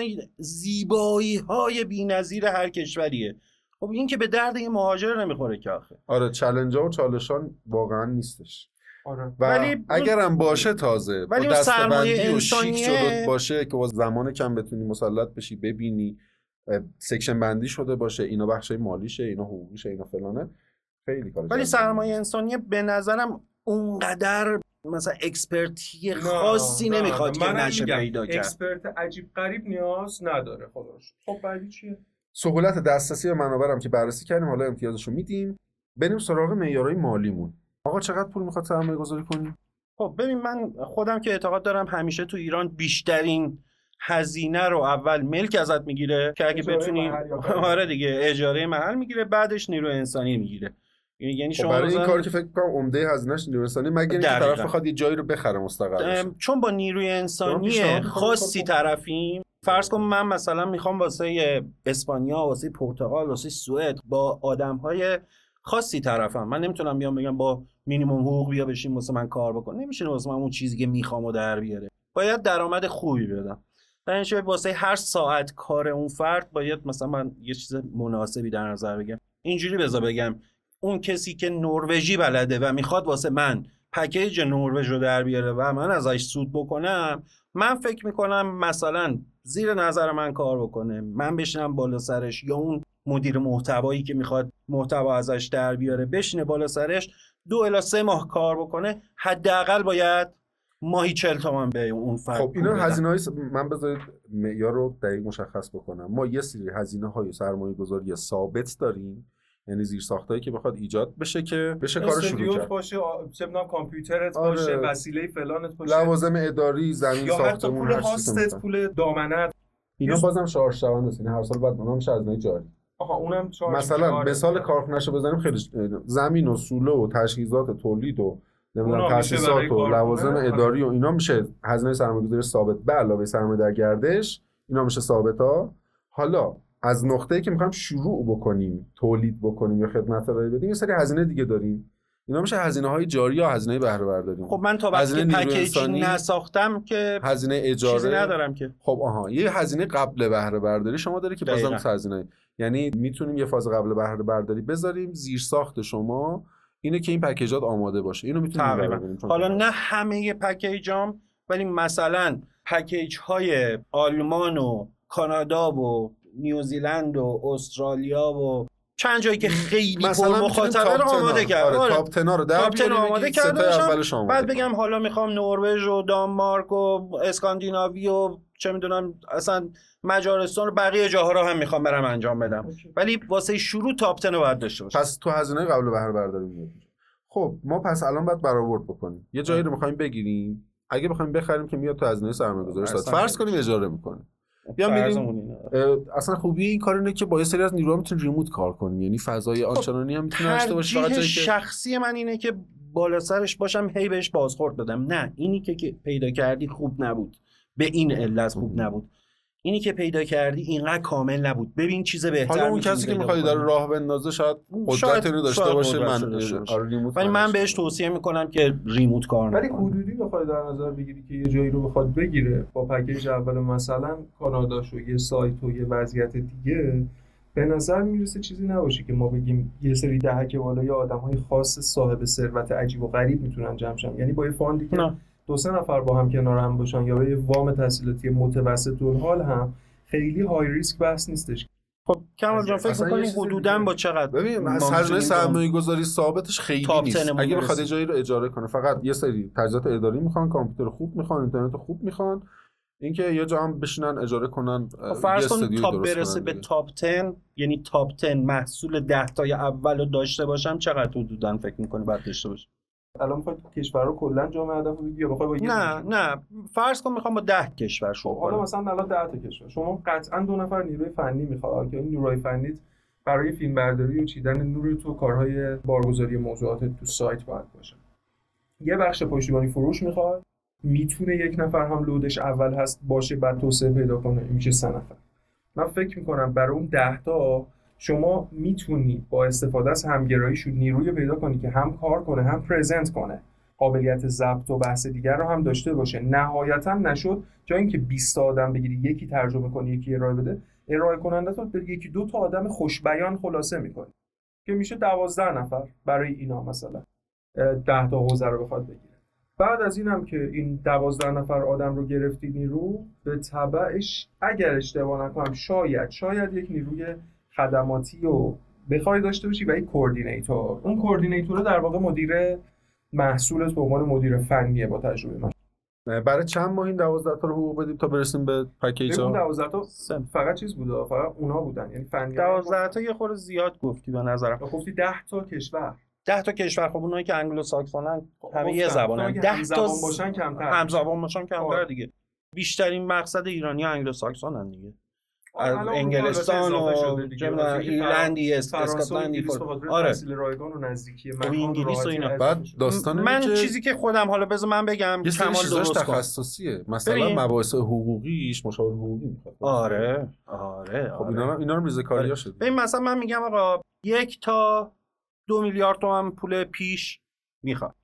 زیبایی های بی‌نظیر هر کشوریه. خب این که به درد یه مهاجر نمیخوره که آخه. آره، چالنج‌ها و چالشان واقعا نیستش. آره. ولی اگرم باشه تازه با دسته‌بندی و شیک جلوت باشه که با زمان کم بتونی مسلط بشی ببینی، سکشن بندی شده باشه، اینا بخشای مالیشه، اینا حقوقیشه، اینا فلانه، خیلی کار. ولی سرمایه انسانی به نظرم اونقدر مثلا اکسپرتی خاصی نمیخواد که نشه پیدا کرد. اکسپرت عجیب غریب نیاز نداره خودش. خب بعدی چیه؟ سهولت دسترسی به منابع هم که بررسی کردیم، حالا امتیازشو میدیم. بریم سراغ معیارهای مالیمون. آقا آقا چقدر پول میخواد سرمایه گذاری کنیم؟ خب ببین من خودم که اعتقاد دارم همیشه تو ایران بیشترین هزینه رو اول ملک ازت میگیره که اگه بتونی آره دیگه اجاره محل میگیره، بعدش نیرو انسانی میگیره. یعنی شما برای این کاری که فکر کنم عمده هزینه‌اش نیرو انسانی، مگر اینکه طرف بخواد یه جایی رو بخره مستقل. چون با نیروی انسانی خاصی طرفیم. فرض کن من مثلا میخوام واسه اسپانیا، واسه پرتغال، واسه سوئد با آدم‌های خاصی طرفم. من نمیتونم بیام بگم با مینیمم حقوق بیا بشین واسه من کار بکن. نمیشه واسه من اون چیزی که میخوامو در بیاره. باید درآمد خوبی بدم. در این واسه هر ساعت کار اون فرد باید مثلا من یه چیز مناسبی در نظر بگم. اینجوری بگم اون کسی که نروژی بلده و میخواد واسه من پکیج نروژ رو در بیاره و من ازش سود بکنم، من فکر میکنم مثلا زیر نظر من کار بکنه، من بشینم بالا سرش، یا اون مدیر محتوایی که میخواد محتوا ازش در بیاره بشینه بالا سرش 2 الی 3 ماه کار بکنه، حداقل باید ماهی 40 تومن به اون فرد. خب اینا هزینه‌های من بذارید معیار رو دقیق مشخص بکنم. ما یه سری هزینه‌های سرمایه‌گذاری ثابت داریم، یعنی زیر ساختایی که بخواد ایجاد بشه که بشه کارو شروع کرد. باشه، چه می‌دونم کامپیوترت باشه، وسیله فلانت باشه، لوازم اداری، زمین ساختمون، پول هاستت، پول دامنت، اینا بازم شارژ شونده است. یعنی هر سال بعد اونم میشه هزینه جاری. اونم چارج. مثلا مثال کارخونه‌شو بزنیم، خیلی زمین و سوله و تجهیزات تولید و نمیدونم تاسیسات و لوازم اداری و اینا میشه هزینه سرمایه‌گذاری ثابت به علاوه سرمایه در گردش. اینا میشه ثابتا. حالا از نقطه‌ای که می‌خوایم شروع بکنیم تولید بکنیم یا خدمات ارائه بدیم، یه سری هزینه دیگه داریم. اینا میشه هزینه‌های جاری یا هزینه بهره برداری. خب من تا وقتی پکیج نساختم که هزینه اجاره چیزی ندارم که. خب یه هزینه قبل بهره برداری شما داره که بازم هزینه، یعنی میتونیم یه فاز قبل بهره برداری بذاریم. زیر ساخت شما اینه که این پکیجات آماده باشه. اینو میتونیم ببینیم. حالا نه همه پکیجام، ولی مثلا پکیج های آلمان و کانادا و نیوزیلند و استرالیا و چند جایی که خیلی پر مخاطره رو آماده کرد. تاپ 10 رو در آماده کرده باشم. بعد بگم حالا میخوام نروژ و دانمارک و اسکاندیناوی و چه میدونم اصلا مجارستان و بقیه جاها رو هم میخوام برم انجام بدم. ولی واسه شروع تاپ 10 رو باید داشته باشم. پس تو هزینه قبل بهره برداری میاد. خب ما پس الان باید برآورد بکنیم. یه جایی رو میخوایم بگیریم، اگه بخوایم بخریم که میاد تو هزینه سرمایه‌گذاری داد. فرض کنیم اجاره میکنیم. یا میریم اصلا خوبی این کار اینه که با یه سری از نیروها میتونیم ریموت کار کنیم، یعنی فضای آنچنانی هم میتونه داشته باشه. فقط شخصی من اینه که بالا سرش باشم هی بهش بازخورد بدم. نه اینی که پیدا کردی خوب نبود، به این علت خوب نبود. اینی که پیدا کردی اینقدر کامل نبود، ببین چیز بهتر. حالا اون کسی که میخواد داره راه بندازه شاید قدرت رو داشته باشه. ولی من بهش توصیه میکنم که ریموت کار نکنه. ولی حدودی بخوای در نظر بگیری که یه جایی رو بخواد بگیره با پکیج اول، مثلا کانادا شو یه سایت و یه وضعیت دیگه، به نظر میرسه چیزی نباشه که ما بگیم یه سری دهک بالا یا آدم‌های خاص صاحب ثروت عجیب و غریب میتونن جمع شن. یعنی با یه فاندی که 2-3 نفر با هم کنار هم باشن یا به وام تسهیلاتی متوسط الحال هم خیلی های ریسک بحث نیستش. خب کمال جان فکر می‌کنی حدوداً با چقدر؟ ببین هزینه سرمایه‌گذاری ثابتش خیلی نیست. اگه بخواد جایی رو اجاره کنه فقط یه سری تجهیزات اداری میخوان، کامپیوتر خوب میخوان، اینترنت خوب میخوان، اینکه یه جا هم بشینن اجاره کنن. فرض کن تا برسه به تاپ 10، یعنی تاپ 10 محصول 10 تای اولو داشته باشم، چقدر حدوداً فکر می‌کنی باید داشته باشم؟ الان میخوای کشور رو کلا جامعه هدف بگی یا میخوای با نه فرض کن میخوام با 10 کشور شروع کنم. حالا مثلا الان 10 تا کشور شما قطعا 2 نفر نیروی فنی میخواد که این نیروی فنی برای فیلم برداری و چیدن نور تو کارهای بارگذاری موضوعات تو سایت باید باشه. یه بخش پشتیبانی فروش میخواد، میتونه یک نفر هم لودش اول هست باشه بعد توسعه پیدا کنه، میشه 3 نفر. من فکر میکنم برای اون 10 تا شما میتونی با استفاده از همگراییشون نیروی پیدا کنی که هم کار کنه هم پرزنت کنه، قابلیت ضبط و بحث دیگر رو هم داشته باشه. نهایتا نشد جای اینکه 20 آدم بگیری یکی ترجمه کنه یکی ارائه بده، ارائه کننده تو به 1-2 تا آدم خوش بیان خلاصه میکنی که میشه 12 نفر برای اینا مثلا 10 تا حوزه رو بخواد بگیره. بعد از اینم که این 12 نفر آدم رو گرفتی نیرو، به تبعش اگر اشتباه نکنم شاید یک نیروی خدماتی رو بخوای داشته باشی و یک کوردینیتور. اون کوردینیتور در واقع مدیر محصولت به عنوان مدیر فنیه با تجربه من. برای چند ماه این 12 تا رو حقوق بدیم تا برسیم به پکیج ها؟ 12 تا فقط چیز بوده، فقط اونا بودن، یعنی فنی. 12 تا یه خورده زیاد گفتی به نظرم. گفتی 10 تا کشور. 10 تا کشور، خب اونایی که انگلو ساکسونن همه یه زبانن، 10 تا باشن کمتر، همزبان باشن کمتر دیگه. بیشترین مقصد ایرانی انگلو ساکسونن دیگه، از انگلستان و ایرلندی، اسکاتلندی، آره تحصیل رایگان و نزدیکی انگلیس و اینا. بعد داستان من چیزی که خودم حالا بذار من بگم کمال درست تخصصیه، مثلا مباحث حقوقیش مشاور حقوقی میخواد. آره خب اینا رو میزه کاریا شد. ببین مثلا من میگم آقا 1 تا 2 میلیارد تومان پول پیش میخواد،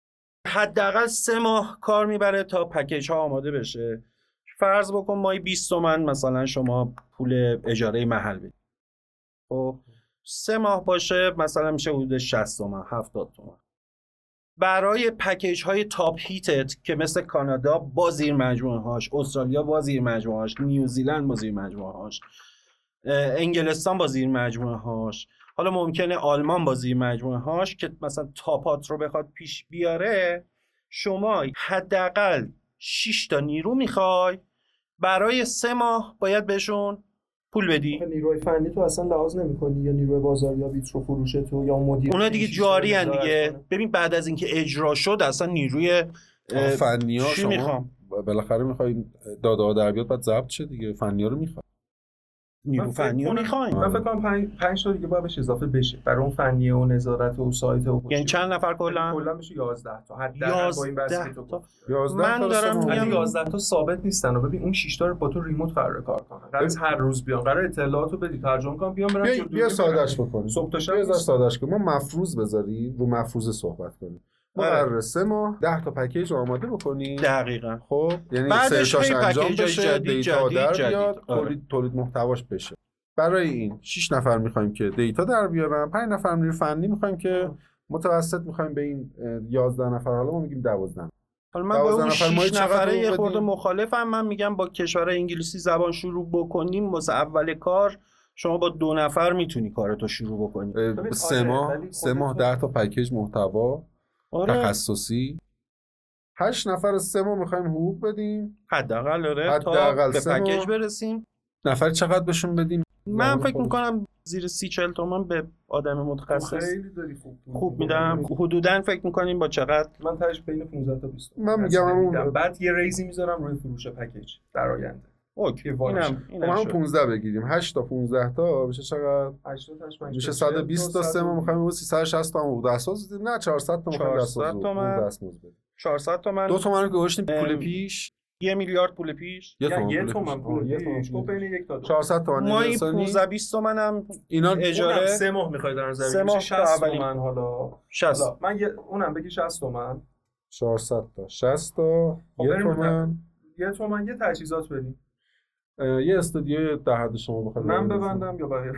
حداقل 3 ماه کار میبره تا پکیج ها آماده بشه. فرض بکن مایی 20 تومن مثلا شما پول اجاره محل بدید، خب 3 ماه باشه مثلا میشه حدود 60 تومن 70 تومن. برای پکیج های تاپ هیتت که مثل کانادا با زیر مجموعه هاش، استرالیا با زیر مجموعه هاش، نیوزیلند با زیر مجموعه هاش، انگلستان با زیر مجموعه هاش، حالا ممکنه آلمان با زیر مجموعه هاش که مثلا تاپات رو بخواد پیش بیاره، شما حداقل 6 تا نیرو میخوای برای 3 ماه باید بهشون پول بدی. نیروی فنی تو اصلا لحاظ نمی‌کنی یا نیروی بازاریابی رو فروش تو یا مدیر؟ اونا دیگه جاری ان دیگه. ببین بعد از اینکه اجرا شد اصلا نیروی فنی‌ها شما میخوام بالاخره می‌خواید داده در بیاد بعد ضبط شه دیگه، فنی‌ها رو می‌خواد. نیرو فنی رو می‌خوایم. من فکر کنم 5 تا دیگه باید بهش اضافه بشه برای اون فنیه و نظارت و سایت و یعنی چند نفر کلا میشه 11 تا حداقل با این بسته تو 11 من دارم میگم 11 تا ثابت نیستن و ببین اون 6 تا رو با تو ریموت قرار کار کنن، قرار هر روز بیان، قرار اطلاعاتو بدی ترجمه کنم بیان برن بیا سادهش بکنیم، صبح تا شب بیا سادهش کنیم، ما مفروض بذاریم رو مفروض صحبت کنیم، ما قراره 3 ماه 10 تا پکیج آماده بکنیم دقیقاً. خب یعنی سرچاش انجام بشه، دیتا در بیاد، تولید محتواش بشه. برای این 6 نفر میخوایم که دیتا در بیارن، 5 نفر نیرو فنی میخوایم که متوسط میخوایم به این 11 نفر، حالا ما میگیم 12. حالا من با اون 6 نفره یه خورده مخالفم. من میگم با کشورهای انگلیسی زبان شروع بکنیم واسه اول کار شما با 2 نفر میتونی کارتو شروع بکنی. 3 ماه 10 تا پکیج محتوا تخصصی، 8 نفر 3 ماه میخوایم حقوق بدیم حداقل تا به پکیج برسیم. نفر چقدر بهشون بدیم؟ من فکر میکنم زیر 30-40 تومن به آدم متخصص خیلی داری خوب میدم. حدوداً فکر میکنیم با چقدر؟ من تاش بین 15 تا 20. من میگم بعد یه ریزی میذارم روی فروش پکیج در آینده. اوکی اینم ما 15 بگیریم، 8 تا 15 تا میشه چقدر؟ 8 تاش میشه 120 تا 3 ما میخوایم 360 تا حقوق دستمزد بدیم. نه 400 تا میخوایم دستمزد بدیم. 400 تومن 2 تومن رو گذاشتیم پول پیش، 1 میلیارد پول پیش، 1 تومن پول پیش گفت بین 1 تا 2 400 تومن ما این 15-20 تومنم اینا اجاره 3 ماه میخوای در نظر بگیری 60 تومن. حالا 60 من اونم بگی 60 تومن 400 تا 60 تا 1 تومن 1 تومن یه تجهیزات بریم. یه استودیو در حد شما بخوام من ببندم یا بقیه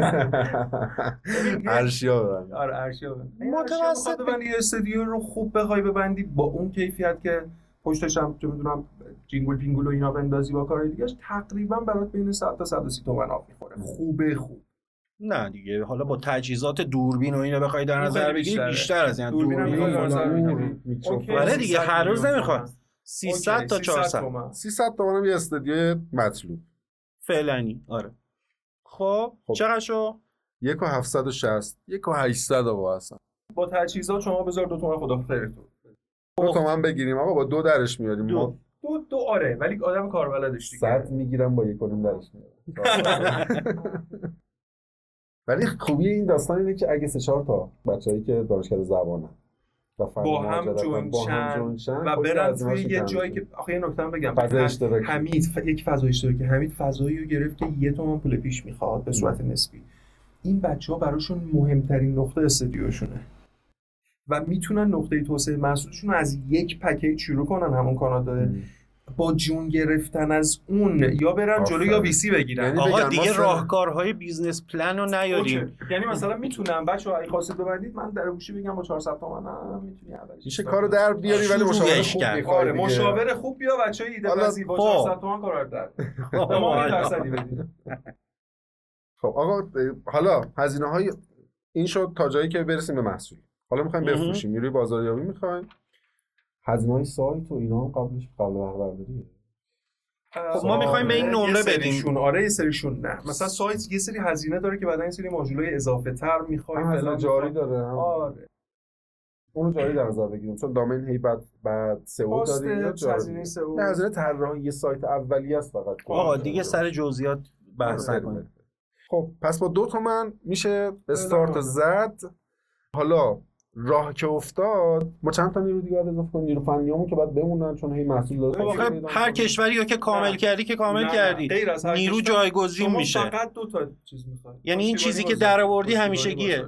ارشیا ببندم. آره ارشیا ببندم. متوسط ببندی یه استودیو رو خوب بخوای ببندی با اون کیفیت که پشتش هم چه میدونم جینگل پینگل و اینا بندازی با کارهای دیگه‌اش، تقریبا برات بین 100 تا 130 تومن آب میخوره. خوب نه دیگه. حالا با تجهیزات دوربین و اینا بخوای در نظر بگیری بیشتر از این دوربین آره دیگه هر روز نمیخواد 300 تا 400 300 تومن هم یه استودیو مطلوب فعلنی. آره خب چقدر شو؟ 1760 1800 آقا اصلا با تجهیزات شما بذار 2 تومن خدا خیرتون 2 تومن بگیریم آقا، با 2 درش میاریم. دو آره ولی آدم کاربلدش دیگه 100 میگیرم با 1.5 درش میارم. ولی خوبی این داستان اینه که اگه 3-4 تا بچه‌ای که دانشکده زبانن با هم جوینشن و برن توی یه جایی که آخه یه نکته بگم، حمید یک فضای اشتراکی، حمید فضایی رو گرفت که 1 تومن پول پیش میخواد به صورت نسبی. این بچه‌ها براشون مهمترین نقطه استودیوشونه و میتونن نقطه توسعه محصولشون رو از یک پکیج شروع کنن همون کانادا با جون گرفتن از اون یا برن جلو یا ویسی بگیرن. یعنی آقا دیگه راهکارهای بیزنس پلن رو نیاریم. یعنی مثلا میتونم بچه‌ها اگه خواستید ببندید من در گوشی بگم با 400 تومن میتونی اولش میشه کارو در بیاری ولی مشاور خوب می‌خوای. آره مشاور خوب بیا بچه‌ها ایده بازی با 400 تومن کار در ما درصدی بدید. خب آقا حالا هزینه‌های این شد تا جایی که برسیم به محصول. حالا می‌خوایم بفروشیم، نیروی بازاریابی می‌خوایم. هزینه‌های سایت و اینا هم قبل بهره‌برداریه. خب ما می‌خوایم به این نمره بدیم. آره یه سریشون نه. مثلا سایت یه سری هزینه داره که بعدن این سری ماژولای اضافه تر می‌خوای فلان جاری داره. آره اونو جاری در نظر بگیریم، چون دامین هی بعد سئو داریم یا هزینه سئو، نه هزینه طراحی یه سایت اولیه است فقط. آقا دیگه سر جزئیات بحث نکنیم. خب پس با 2 تومن میشه استارت زد. حالا راه که افتاد ما چند تا نیرو دیگه اضافه کنیم؟ نیرو فنیامون که باید بمونن چون هی محصول داره. هر کشوری رو که کامل کردی که کامل کردی، نیرو جایگزین میشه. فقط 2 تا چیز میخواد. یعنی این چیزی که درآوردی همیشگیه.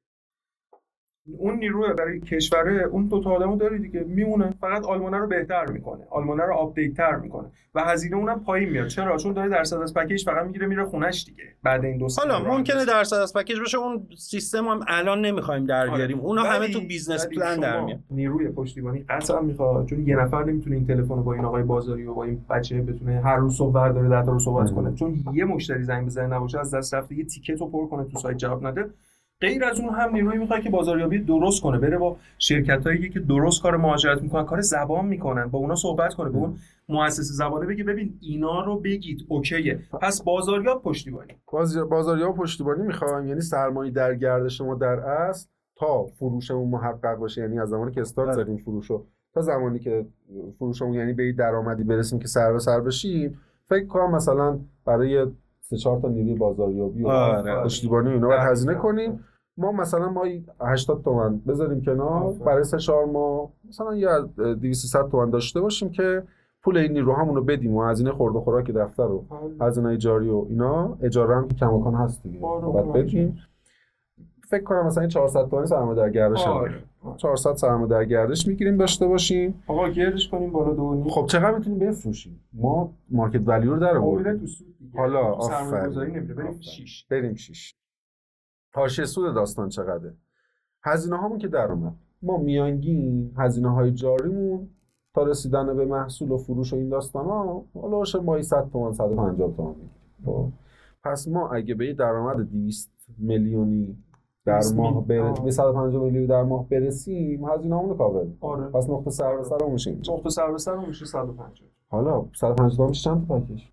اون نیروی برای کشوره، اون 2 تا آدمو داری دیگه میمونه، فقط آلمانه رو بهتر میکنه، آلمانه رو آپدیت تر میکنه و هزینه اونم پایین میاد. چرا؟ چون داره درصد از پکیج فقط میگیره میره خونش دیگه بعد این 2 سال. حالا ممکنه درصد از پکیج باشه، اون سیستم هم الان نمیخوایم در بیاریم. اونا همه تو بیزنس پلان در میاد. نیروی پشتیبانی قطعا میخواد، چون یه نفر نمیتونه این تلفن رو با این آقای بازاری و با این بچه بتونه هر روز صبح برداره 10 تا رو صحبت کنه، چون یه مشتری زنگ بزنه نباشه از دست رفته، یه تیکت رو پر کنه تو سایت جواب نده. غیر از اون هم نیروی میخواد که بازاریابی درست کنه، بره با شرکتایی که درست کار مهاجرت میکنن، کار زبان میکنن، با اونا صحبت کنه، به اون مؤسسه زبانه بگه ببین اینا رو بگید اوکیه. پس بازاریاب پشتیبانی، بازاریاب پشتیبانی میخوایم، یعنی سرمایه در گردش ما در اصل تا فروشمون محقق باشه، یعنی از زمانی که استارت زدیم فروشو تا زمانی که فروشمون یعنی به درآمدی برسیم که سر به سر بشیم، فکر کنم مثلا برای 3-4 تا نیروی بازاریابی و پشتیبانی اینا باید هزینه کنیم. ما مثلا ما 80 تومن بذاریم کنار برای 3-4 ماه، مثلا یا 200 تومن داشته باشیم که پول این نیرو همون رو بدیم و هزینه خورد و خوراک دفتر و هزینه اجاری و اینا، اجاره هم که کماکان هست دیگه باید بدیم. فکر کنم مثلا 400 تومانی سرمایه در گردش 400 سرمایه در گردش میگیریم داشته باشیم. آقا گردش کنیم بالا 2.5. خب چقدر میتونیم بفروشیم؟ ما مارکت ولیو رو در آوردیم. حالا آفرین بریم 6. حاشیه سود داستان چقدره؟ هزینه هامون که در اومد، ما میانگین هزینه های جاریمون تا رسیدن به محصول و فروش و این داستانا حالا باشه ماهی 100 تومن 150 تومن میگیریم. پس ما اگه به یه درآمد 200 میلیونی در ماه به 150 میلیون در ماه برسیم، هزینه‌مون رو کاور. آره. پس نقطه سر به سر میشه. نقطه سر به سر میشه 150. حالا 150 تومن میشه چند تا پکیج؟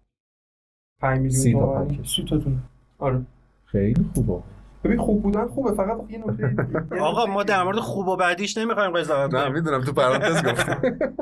5 میلیون تومن 30 تاتون. آره. خیلی خوبه. ببین خوب بودن خوبه، فقط یه نکته آقا ما در مورد خوب و بدیش نمیخوایم قضاوت کنیم. نه میدونم تو پرانتز گفتم.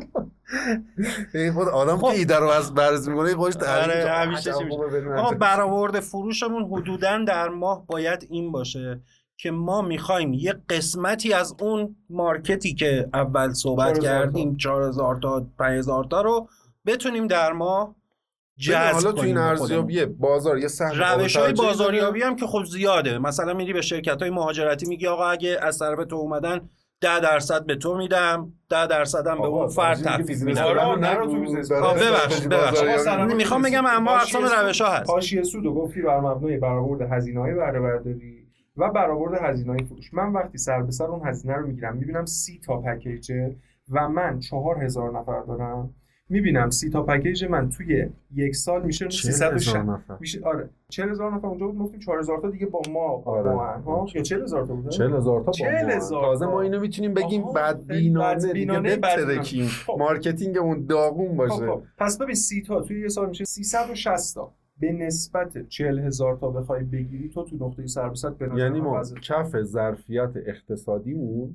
این خود آدم که ایده رو از برز میکنه خودش تعریف همیشه چی میشه. آقا برآورد فروشمون حدوداً در ماه باید این باشه که ما میخوایم یه قسمتی از اون مارکتی که اول صحبت کردیم 4000 تا 5000 تا رو بتونیم در ماه جذب کنیم. حالا تو این ارزیابی بازار یه سهم روش‌های بازاریابی هم که خب زیاده. مثلا میری به شرکت‌های مهاجرتی میگی آقا اگه از طرف تو اومدن 10% به تو میدم، 10% هم به اون فرد تخفیف میدم. نرو تو بیزنس. ببخشید میخوام بگم اما اقسام روش‌ها هست. حاشیه سودو گفتی بر مبنای برآورد هزینه‌های بهره برداری و برآورد هزینه‌های فروش. من وقتی سر به سر اون هزینه رو میگیرم میبینم 30 تا پکیجه و من 4000 نفر دارم، میبینم 30 تا پکیج من توی یک سال میشه 360 میشه. آره 40000 نفر اونجا بود، گفتیم 4000 تا دیگه با ما ها یا 40000 تا بوده. 40000 تا با تازه ما اینو میتونیم بگیم بدبینانه بترکیم، مارکتینگمون داغون باشه. پس ببین 30 تا توی یه سال میشه 360 تا. به نسبت 40000 تا بخوای بگیری تو نقطه سر به سر یعنی ما کف ظرفیت اقتصادیمون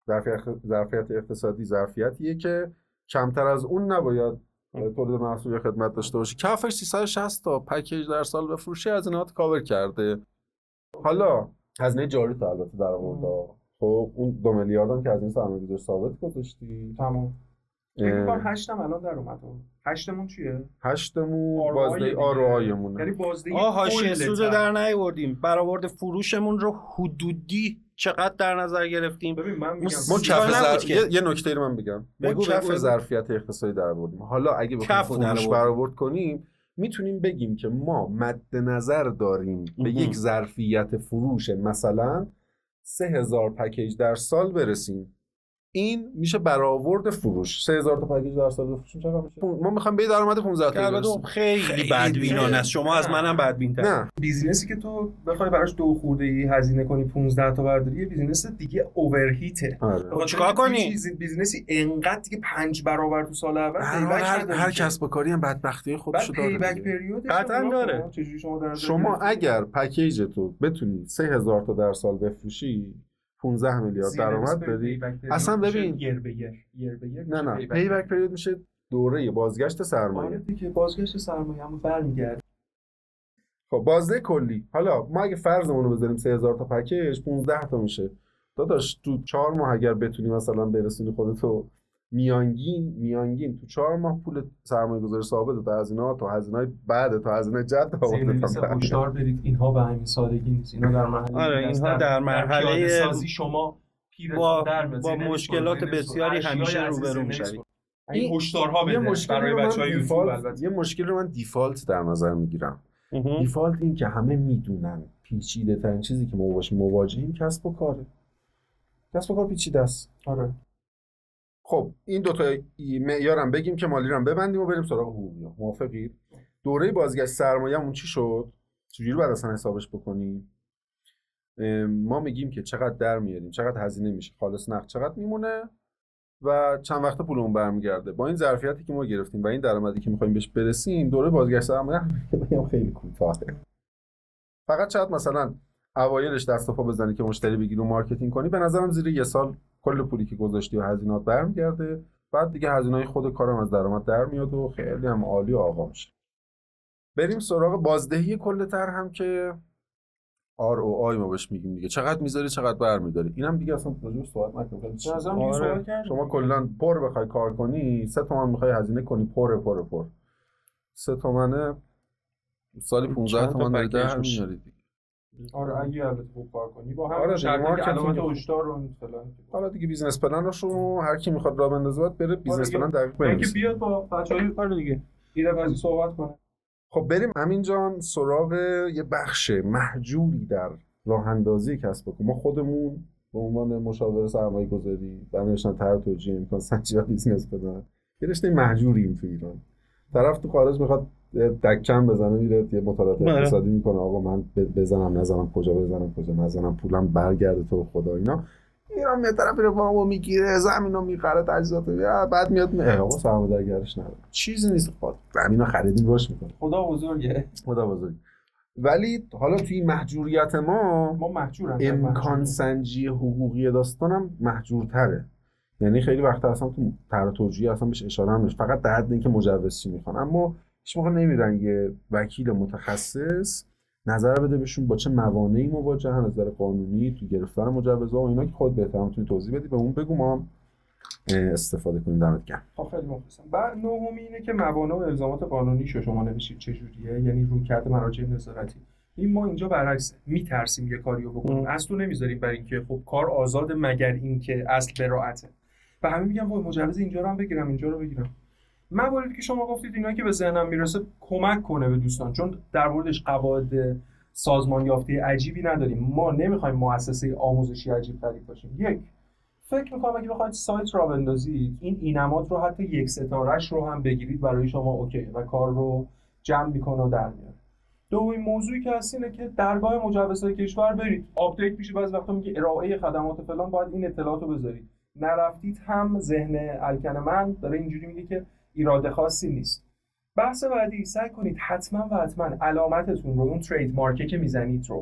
ظرفیت اقتصادی ظرفیتیه که کمتر از اون نباید تولید محصول یا خدمت داشته باشی. کفش 360 تا پکیج در سال بفروشی، از اینات کاور کرده. حالا هزینه جاری تا البته در آورد. خب اون 2 میلیارد هم که از این سرمایه‌گذاری ثابت گذاشتی تمام. فکر 8 هم الان در اومد. 8مون چیه؟ 8مون بازده آرایمون. یعنی بازده حاشیه سود در نیاوردیم. برآورد فروشمون رو حدودی چقدر در نظر گرفتیم؟ ببین من میگم ما کف یه نکته رو من بگم. ما کف ظرفیت اقتصادی در آوردیم. حالا اگه بخوایم فروش برآورد کنیم میتونیم بگیم که ما مد نظر داریم به یک ظرفیت فروش مثلا 3000 پکیج در سال برسیم. این میشه برآورد فروش. 3000 تا پکیج در سال بفروشیم چقدر میشه؟ ما میخوایم به درآمد 15 تا برسیم. خیلی بدبینانه است. شما از منم بدبین‌تر. نه بیزینسی که تو بخوای براش 2 خورده‌ای هزینه کنی 15 تا برداری، یه بیزینس دیگه اوورهیته. چیکار کنی؟ بیزینسی انقدر دیگه 5 برابر تو سال اول هر کسب و کاری هم بدبختی خودشو داره. پیبک پریودش قطعا داره. شما اگر پکیج تو بتونی 3000 تا در سال بفروشی، 15 میلیارد درآمد داری. اصلا ببین یر به یر نه پی بک پریود میشه دوره بازگشت سرمایه. آره دیگه بازگشت سرمایه هم برمیگرده. خب بازده کلی، حالا ما اگه فرضمون رو بذاریم 3000 تا پکیج 15 تا میشه داداش. تو 4 ماه اگر بتونی مثلا برسونی خودتو میانگین تو 4 ماه پول سرمایه گذاری ثابت تا هزینه‌ها تا هزینه‌های بعد تا هزینه جد مثلا هشدار برید اینها به همین سادگی نیست. اینا در مرحله اینها در مرحله سازی شما با مشکلات بسیاری همیشه روبرو میشید. این هشدارها بده برای بچهای یوتیوب. البته یه مشکل رو من دیفالت در نظر میگیرم. دیفالت این که همه میدونن پیچیده ترین چیزی که ما باشیم مواجهیم کسب و کاره. کسب و کار پیچیده است. آره. خب این دو تا معیارم بگیم که مالی رو هم ببندیم و بریم سراغ حقوقی. موافقید؟ دوره بازگشت سرمایه‌مون چی شد؟ چجوری بعد اصلا حسابش بکنیم؟ ما میگیم که چقدر در میاریم، چقدر هزینه میشه، خالص نقد چقدر میمونه و چند وقت پولمون برمیگرده. با این ظرفیتی که ما گرفتیم و این درآمدی که می‌خوایم بهش برسیم، دوره بازگشت سرمایه خیلی کوتاهه. فقط شاید مثلا اوایلش دست و پا بزنی که مشتری بگیری و مارکتینگ کنی. به نظرم زیر یه سال کل پولی که گذاشتی و هزینه‌ات برمیگرده. بعد دیگه هزینه‌های خود کارم از درآمد در میاد و خیلی هم عالی و آقا میشه. بریم سراغ بازدهی کل طرح هم که ROI ما بهش میگیم دیگه. چقدر میذاری چقدر برمی‌داری. اینم دیگه اصلا راجعش صحبت نکنیم. شما کلا پر بخوای کار کنی 3 تومن می‌خوای هزینه کنی پر 3 تومنه سالی 15 تومن داری در میاری دیگه. آره اگه البته خوب کار کنی با هم شرطی که علامت هشدار رو فلان. حالا دیگه بیزنس پلناشو هر کی میخواد راه بندازه باید بره بیزنس پلن دقیق بنویسه. که بیاد با بچهای کار دیگه ایده بازی صحبت کنه. خب بریم امین جان سراغ یه بخش محجوری در راه اندازی کسب و کار. ما خودمون به عنوان مشاور سرمایه گذاری برنامه‌نویسان طرح توجیه امکان سنجی و بیزنس پلن یه رشته محجوریم تو ایران. طرف تو خارج میخواد دکم بزنه میره یه مطالعات اقتصادی میکنه آقا من بزنم نزنم کجا بزنم کجا نزنم پولم برگرده تو خدا اینا. ایران یه طرف میره وامو میگیره زمینو میخره تجهیزاتو بعد میاد آقا سرمایه‌دارگرش نداره چیزی نیست. خب زمینو خریدیم روش میکنه. خدا بزرگه. ولی حالا توی محجوریت ما محجورن. امکان سنجی حقوقی داستانم محجورتره. یعنی خیلی وقتا اصلا تو طرح توجیه اصلا بهش اشاره هم نمیشه، فقط در حد اینکه مجوز چی میخوان. اما هیچ موقع نمیرن یه وکیل متخصص نظر بده بهشون با چه موانعی مواجهن، نظر قانونی تو گرفتن مجوزها و اینا که خود بهتر میتونی توضیح بدی بهمون بگو ما استفاده کنیم. دمت گرم. خیلی مخلصم. بعد نهمی اینه که موانع و الزامات قانونیشو شما نوشید چجوریه، یعنی رویکرد مراجع نظارتی. این ما اینجا برعکسه، میترسیم یه کاریو بکنیم، اصلا نمیذاریم برای اینکه خب کار آزاد مگر اینکه اصل براءته. و همه میگن وای مجوز اینجا رو هم بگیرم اینجا رو بگیرم. مواردی که شما گفتید اینا که به ذهنم میرسه کمک کنه به دوستان، چون در موردش قواعد سازمان یافته عجیبی نداریم. ما نمیخوایم مؤسسه آموزشی عجیب غریب باشیم. یک فکر میکنم اگه بخواید سایت را بندازید این اینمات رو حتی 1 ستاره‌اش رو هم بگیرید برای شما اوکی و کار رو جمع میکنه و در میاره. دومین موضوعی که هست اینه که درگاه مجوزهای کشور برید آپدیت میشه، بعضی وقتا میگه ارائه خدمات فلان باید این اطلاعاتو بذارید. نرفتید هم ذهن الکن من داره اینجوری میگه که ایراد خاصی نیست. بحث بعدی سعی کنید حتما علامتتون رو اون ترید مارکه که میزنید رو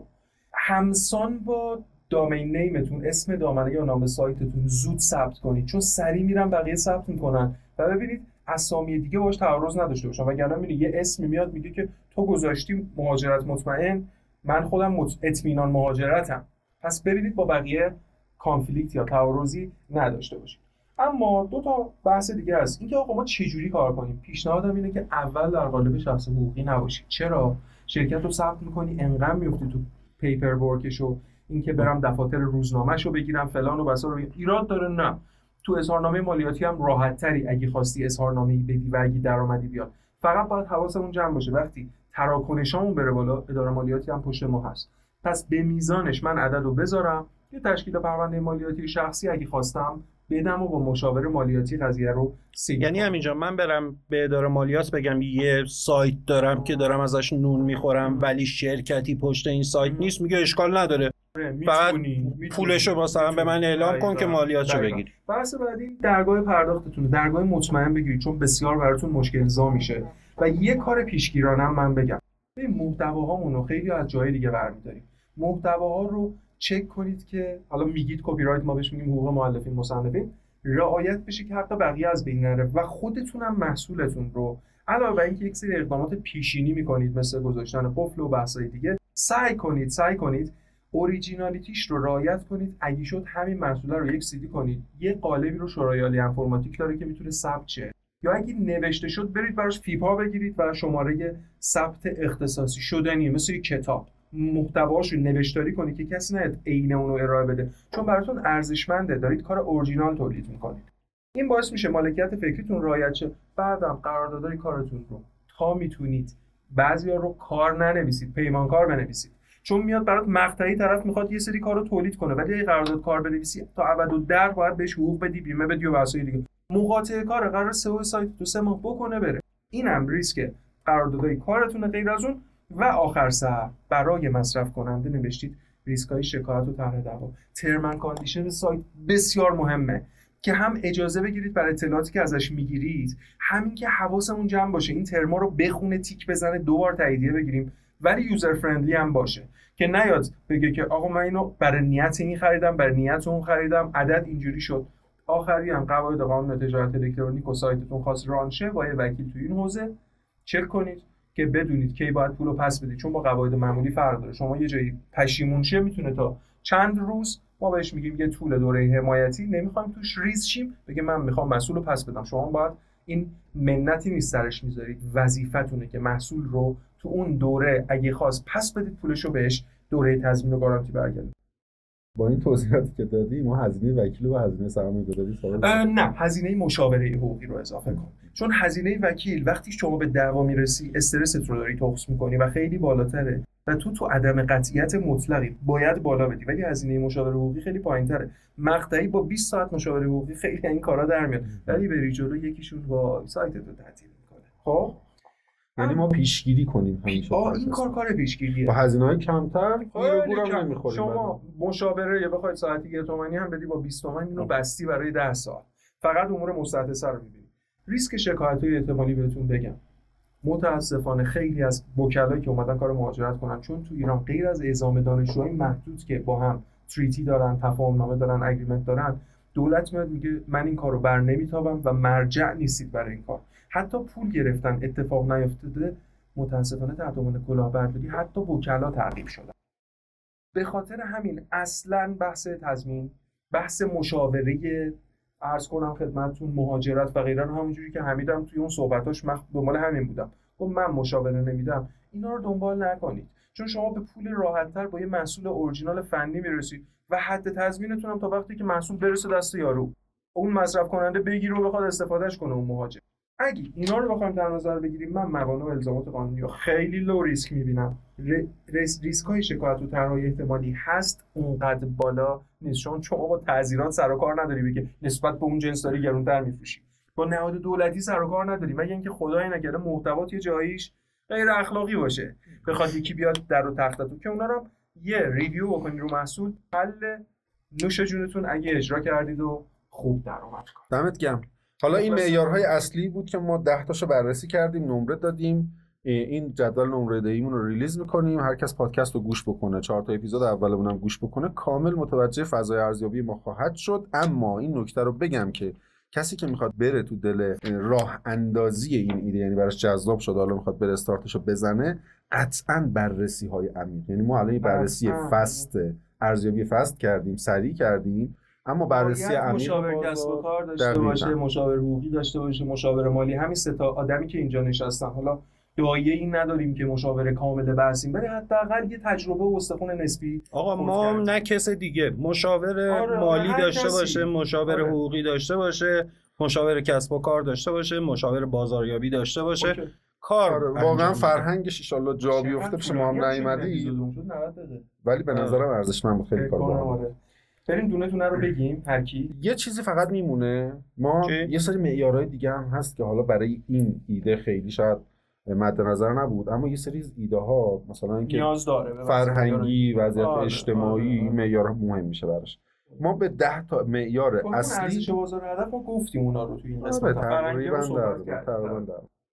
همسان با دامین نیمتون اسم دامنه یا نام سایتتون زود ثبت کنید، چون سریع میرن بقیه ثبت میکنن و ببینید اسامی دیگه باهاش تعارض نداشته باشن. وگرنه میبینید یه اسمی میاد میگه که تو گذاشتی مهاجرت مطمئن، من خودم اطمینان مهاجرتم، پس ببینید با بقیه کانفلیکت یا تعارضی نداشته باشید. اما 2 تا بحث دیگه هست، اینکه آقا ما چجوری کار کنیم. پیشنهادم اینه که اول در قالب شخص حقوقی نباشید. چرا؟ شرکت رو ثبت می‌کنی انقدر می‌افتی تو پیپر ورکشو، اینکه برم دفاتر روزنامه‌شو بگیرم فلان و بسا رو ایراد داره. نه، تو اظهارنامه مالیاتی هم راحت‌تری اگه خواستی اظهارنامه‌ای بدی و اگه درآمدی بیاد. فقط باید حواسمون جمع باشه وقتی تراکنشامون بره بالا اداره مالیاتی هم پشت ما هست. پس به میزانش من عددو بذارم، یه تشکیل پرونده مالیاتی شخصی اگه خواستم بدم و با مشاور مالیاتی قضیه رو سیگنال. یعنی همینجا من برم به اداره مالیات بگم یه سایت دارم که دارم ازش نون میخورم ولی شرکتی پشت این سایت نیست، میگه اشکال نداره فقط پولشو مثلا به من اعلام کن که مالیاتشو بگیری. بحث بعدی درگاه پرداختتونه، درگاه مطمئن بگیرید چون بسیار براتون مشکل زا میشه. و یه کار پیشگیرانه من بگم، این محتواهامون رو خیلی از جای دیگه برمی‌داریم. محتواها رو چک کنید که حالا میگید کپی رایت، ما بهش میگیم حقوق مؤلفین مصنفین، رعایت بشه که حق بقیه از بین نره و خودتون هم محصولتون رو علاوه بر اینکه یک سری اقدامات پیشینی میکنید مثل گذاشتن قفل و بحث‌های دیگه، سعی کنید اوریجینالیتیش رو رعایت کنید. اگه شد همین محصول رو یک CD کنید، یه قالبی رو شورای عالی انفرماتیک داره که میتونه ثبت شه، یا اگه نوشته شد برید براش فیپا بگیرید و شماره ثبت اختصاصی شدنی مثل یک کتاب محتواش رو نوشتاری کنید که کسی نیاد عین اون رو ارائه بده، چون براتون ارزشمنده، دارید کار اورجینال تولید میکنید. این باعث میشه مالکیت فکریتون رعایت شه. بعدم قراردادهای کارتون رو تا میتونید بعضیا رو کار ننویسید، پیمانکار بنویسید، چون میاد برات مقطعی طرف میخواد یه سری کارو تولید کنه ولی اگه قرارداد کار بنویسی تا ابد باید بهش حقوق بدی، بیمه بدی و واسه دیگه. مقاطعه کار قرار سئو سایت تو 3 ماه بکنه بره. اینم ریسک قراردادهای کارتون. غیر از اون و آخر سر برای مصرف کننده نوشتید ریسک‌های شکایت و طرح دعوا. ترم اند کاندیشن سایت بسیار مهمه که هم اجازه بگیرید برای اطلاعاتی که ازش میگیرید، همین که حواسمون جمع باشه این ترما رو بخونه، تیک بزنه، 2 بار تاییدیه بگیریم، ولی یوزر فرندلی هم باشه که نیاد بگه که آقا من اینو برای نیت این خریدم، برای نیت اون خریدم، عدد اینجوری شد. آخری هم قواعد قانون تجارت الکترونیک و سایتتون خاص رانشه با یه وکیل تو این حوزه چک کنید که بدونید کی باید پولو پس بدید، چون با قواعد معمولی فرق داره. شما یه جایی پشیمون شه میتونه تا چند روز، ما بهش میگیم یه طول دوره حمایتی، نمیخوایم توش ریز شیم، بگه من میخوام مسئولو پس بدم. شما باید این منتی نیست سرش میذارید، وظیفتونه که محصول رو تو اون دوره اگه خواست پس بدید، پولشو بهش دوره تضمین و گارانتی برگردید. با این توضیحاتی که دادی ما هزینه وکیل و هزینه سرمایه‌گذاری نه، هزینه مشاوره حقوقی رو اضافه کن، چون هزینه وکیل وقتی شما به دعوا میرسی استرست رو داری تخص میکنی و خیلی بالاتره و تو عدم قطعیت مطلقی باید بالا بدی، ولی هزینه مشاوره حقوقی خیلی پایینتره. مقطعی با 20 ساعت مشاوره حقوقی خیلی این کارا در میاد، ولی بری جلو یکیشون وای سایتتو تعطیل میکنه. خب یعنی ما پیشگیری کنیم همیشه. این کار پیشگیریه با هزینه‌های کمتر میرگورم نمیخوریم. شما مشاوره یا بخواید ساعتی 1 تومانی هم بدی با 20 تومن اینو بستی برای 10 سال، فقط امور مستحدثه رو می‌بینی. ریسک شکایت‌های احتمالی بهتون بگم، متاسفانه خیلی از وکلایی که اومدن کار مهاجرت کنن، چون تو ایران غیر از اعزام دانشجوهای محدود که با هم تریتی دارن، تفاهم نامه دارن، اگریمنت دارن، دولت میاد میگه من این کارو بر نمیتابم و مرجع نیستید برای این کار. حتی پول گرفتن اتفاق نیفتاده، متاسفانه تحت عنوان کلاهبرداری حتی وکلا تعقیب شدن. به خاطر همین اصلاً بحث تضمین، بحث مشاوره، عرض کنم خدمتتون مهاجرت و غیره رو همونجوری که حمیدم توی اون صحبتاش دنبال همین بودم، گفت من مشاوره نمیدم، اینا رو دنبال نکنید، چون شما به پول راحت‌تر با یه محصول اورجینال فنی میرسید و حد تضمینتون هم تا وقتی که محصول برسه دست یارو، اون مصرف کننده بگیره و بخواد استفادهش کنه اون مهاجر. اگه اینا رو بخوایم در نظر بگیریم، من موانع و الزامات قانونی رو خیلی لو ریسک می‌بینم. ریسک‌های شکایت و طرح‌های احتمالی هست، اونقدر بالا نیست، چون شما با تعزیرات سر و کار نداری بگی نسبت به اون جنس داری گرونتر می‌فروشی. با نهاد دولتی سر و کار نداری، مگه اینکه خدای نکرده محتوات یه جاییش غیر اخلاقی باشه، بخواد یکی بیاد در و تختتون که اونا رو یه ریویو بکنید رو محصول، حل نوش جونتون اگه اجرا کردید و خوب درآمد کنید. دمت گرم. حالا این معیارهای اصلی بود که ما 10 تاشو بررسی کردیم، نمره دادیم. این جدول نمره دهیمون رو ریلیز میکنیم، هر کس پادکست رو گوش بکنه، 4 تا اپیزود اولمون هم گوش بکنه، کامل متوجه فضای ارزیابی ما خواهد شد. اما این نکته رو بگم که کسی که میخواد بره تو دل راه اندازی این ایده، یعنی براش جذاب شد حالا میخواد بره استارتشو بزنه، قطعاً بررسی های عمیق، یعنی ما الان بررسی فست ارزیابی فست کردیم، سریع کردیم، اما بررسی عمیق مشاور کسب و کار داشته باشه، مشاور حقوقی داشته باشه، مشاور مالی، همین سه تا آدمی که اینجا نشستن، حالا دایه این نداریم که مشاور کامل بحثیم، ولی حداقل یه تجربه و استخوان نسبی. آقا ما نه کس دیگه، مشاور مالی داشته باشه، مشاور حقوقی داشته باشه، مشاور کسب و کار داشته باشه، مشاور بازاریابی داشته باشه، کار واقعا فرهنگش ان شاءالله جا بیفته پیش ما هم نیومدی، ولی به نظرم ارزشمند بود خیلی کار باحال. بریم دونه دونه رو بگیم هر کی. یه چیزی فقط میمونه، ما یه سری معیارهای دیگه هم هست که حالا برای این ایده خیلی شاید مد نظر نبود، اما یه سری ایده ها مثلا اینکه نیاز داره فرهنگی، وضعیت اجتماعی، معیارها مهم میشه براش. ما به 10 تا معیار اصلی ارزش بازار هدف ما گفتیم اونا رو تو این قسمت فرهنگی رو صحبت کردیم.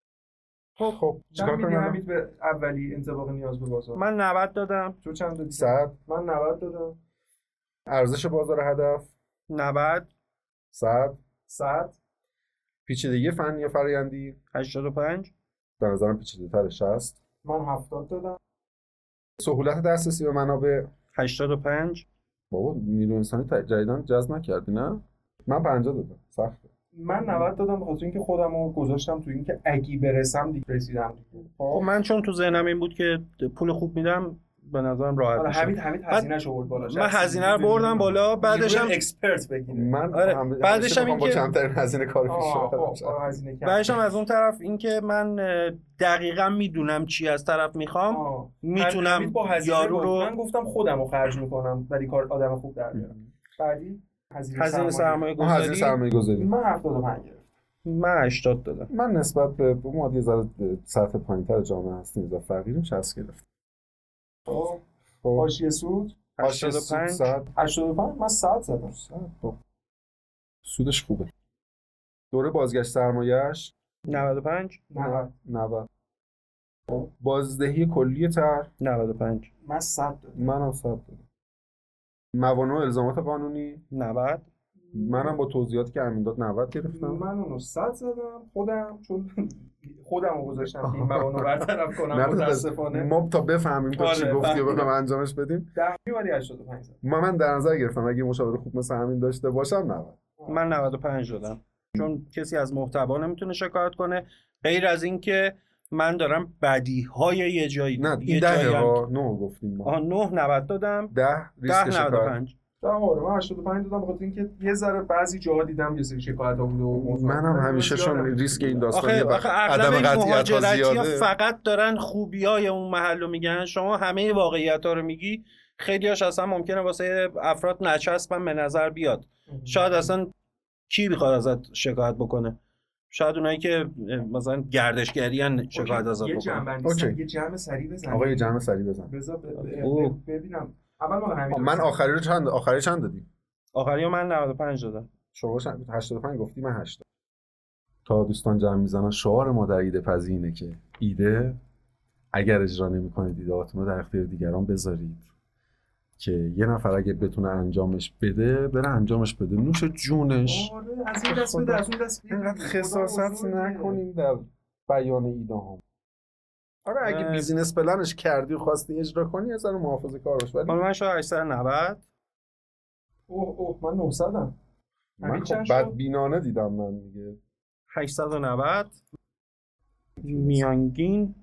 خب چیکار کنیم همین به اولی انطباق نیاز به بازار؟ من 90 دادم. تو چند دادی؟ 100. من 90 دادم. ارزش بازار هدف 90 100 پیچیدگی فنی یا فرآیندی 85 به نظرم پیچیده‌تره 60 من 70 دادم. سهولت دسترسی به منابع 85 بابا نیرو انسانی جدیدن جذب نکردی نه؟ من 50 دادم سخته. من 90 دادم به خاطر اینکه خودمو گذاشتم تو اینکه اگه برسم دیگه رسیدم دیگه. خب من چون تو ذهنم این بود که پول خوب میدم به نظرم راحت آره میشه. حمید هزینه‌شو آورد بالا. من هزینه رو بردم بالا، بعدش هم اکسپرت بگیره. من آره بعدش هم این با که کمترین هزینه کار پیش هزینه کم. بعدش هم از اون طرف این که من دقیقاً میدونم چی از طرف میخوام، میتونم یارو رو من گفتم خودمو خرج میکنم ولی کار آدم خوب در میارم. بعدی هزینه سرمایه گذاری من 75 گرفتم. من 80 دادم. من نسبت به ما یه ذره سطح پایین‌تر جامعه هستیم و فقیریم 60 گرفتم. خب حاشیه سود 85 من 100 زدم. سودش خوبه. دوره بازگشت سرمایه‌اش 95 90 بازدهی کلی تر 95 من 100 دادم. منم 100 دادم. موانع و الزامات قانونی 90 منم با توضیحاتی که امین داد 90 گرفتم. من اونو 100 زدم خودم، چون خودمو گذاشتم که این موانع رو برطرف کنم. متاسفانه ما تا بفهمیم تو چی گفتی و بخوام انجامش بدیم 10 ولی 85 زدم. من در نظر گرفتم اگه مشاور خوب مثل همین داشته باشم 90. من 95 دادم چون کسی از محتوا نمیتونه شکایت کنه غیر از این که من دارم بدیهای یه جایی نه این 10 ها 9 گفتیم ما 9 90 دادم 10 ریسک شکایت 95 آره من 85 دادم بخاطر اینکه یه ذره بعضی جاها دیدم یه سری شکایت‌ها بود و منم همیشه چون ریسک این داستانی آخه عدم قطعیت‌ها فقط دارن خوبیای اون محلو میگن، شما همه واقعیت‌ها رو میگی، خیلی‌هاش اصلا ممکنه واسه افراد نچسبن به نظر بیاد. شاید اصلا کی بخواد ازت شکایت بکنه؟ شاید اونایی که مثلا گردشگریان شکایت ازت بکنن. یه جمع سریع بزن. آقا یه جمع سریع بزن. ببینم اول ما همین. من آخری چند دادیم؟ آخری من 95 دادم. شما 85 گفتی من 80. تا دوستان جمع میزنن شعار ما در ایده پزی اینه که ایده اگر اجرا نمی‌کنید ایده‌هاتون رو در اختیار دیگران بذارید که یه نفر اگه بتونه انجامش بده بره انجامش بده نوش جونش. آره از این دست بده از اون دست بده. اینقدر خساست نکنیم در بیان ایده ها. آره اگه بیزینس پلنش کردی و خواستی اجرا کنی از اون محافظه‌کار باش. ولی من شاید 890 من 900م. من خب بدبینانه دیدم من دیگه 890 میانگین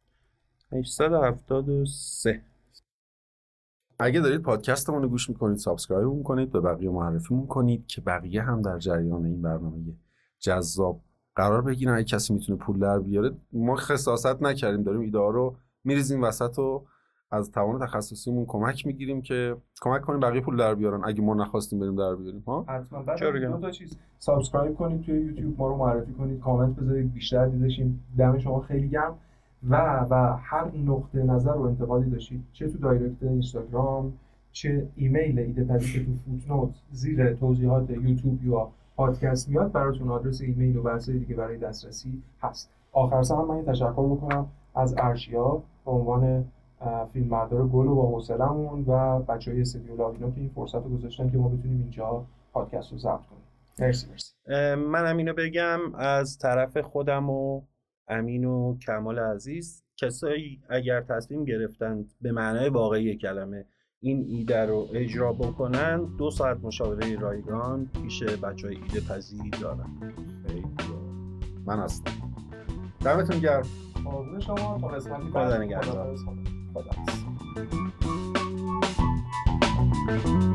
873. اگه دارید پادکستمون رو گوش میکنید سابسکرایب کنید، به بقیه معرفیمون کنید که بقیه هم در جریان این برنامه جذاب قرار بگیرن. اگه کسی میتونه پول در بیاره، ما خساست نکردیم، داریم ایده ها رو میریزیم وسط و از توان تخصصیمون کمک میگیریم که کمک کنیم بقیه پول در بیارن اگه ما نخواستیم بریم در بیاریم. ها حتما. دو تا چیز سابسکرایب کنید توی یوتیوب، ما رو معرفی کنید، کامنت بذارید، بیشتر دیدشیم. دم شما خیلی گرم. و هر نقطه نظر و انتقادی داشتید، چه تو دایرکت اینستاگرام، چه ایمیل ایده پزی که تو فوتنوت زیر توضیحات یوتیوب یا پادکست میاد، براتون آدرس ایمیل و بحثای دیگه برای دسترسی هست. آخر سر من یه تشکر بکنم از ارشیا به عنوان فیلمبردار گل و با حوصله‌مون و بچهای استودیو لاوینو که این فرصت رو گذاشتن که ما بتونیم اینجا پادکست رو ضبط کنیم. مرسی. من اینو بگم از طرف خودم و امین و کمال عزیز، کسایی اگر تصمیم گرفتند به معنای واقعی کلمه این ایده رو اجرا بکنن 2 ساعت مشاوره رایگان پیش بچهای ایده پزی دارن. من هستم. دمتون گرم. قربون شما. تا قسمتی خدا نگهدار. خدا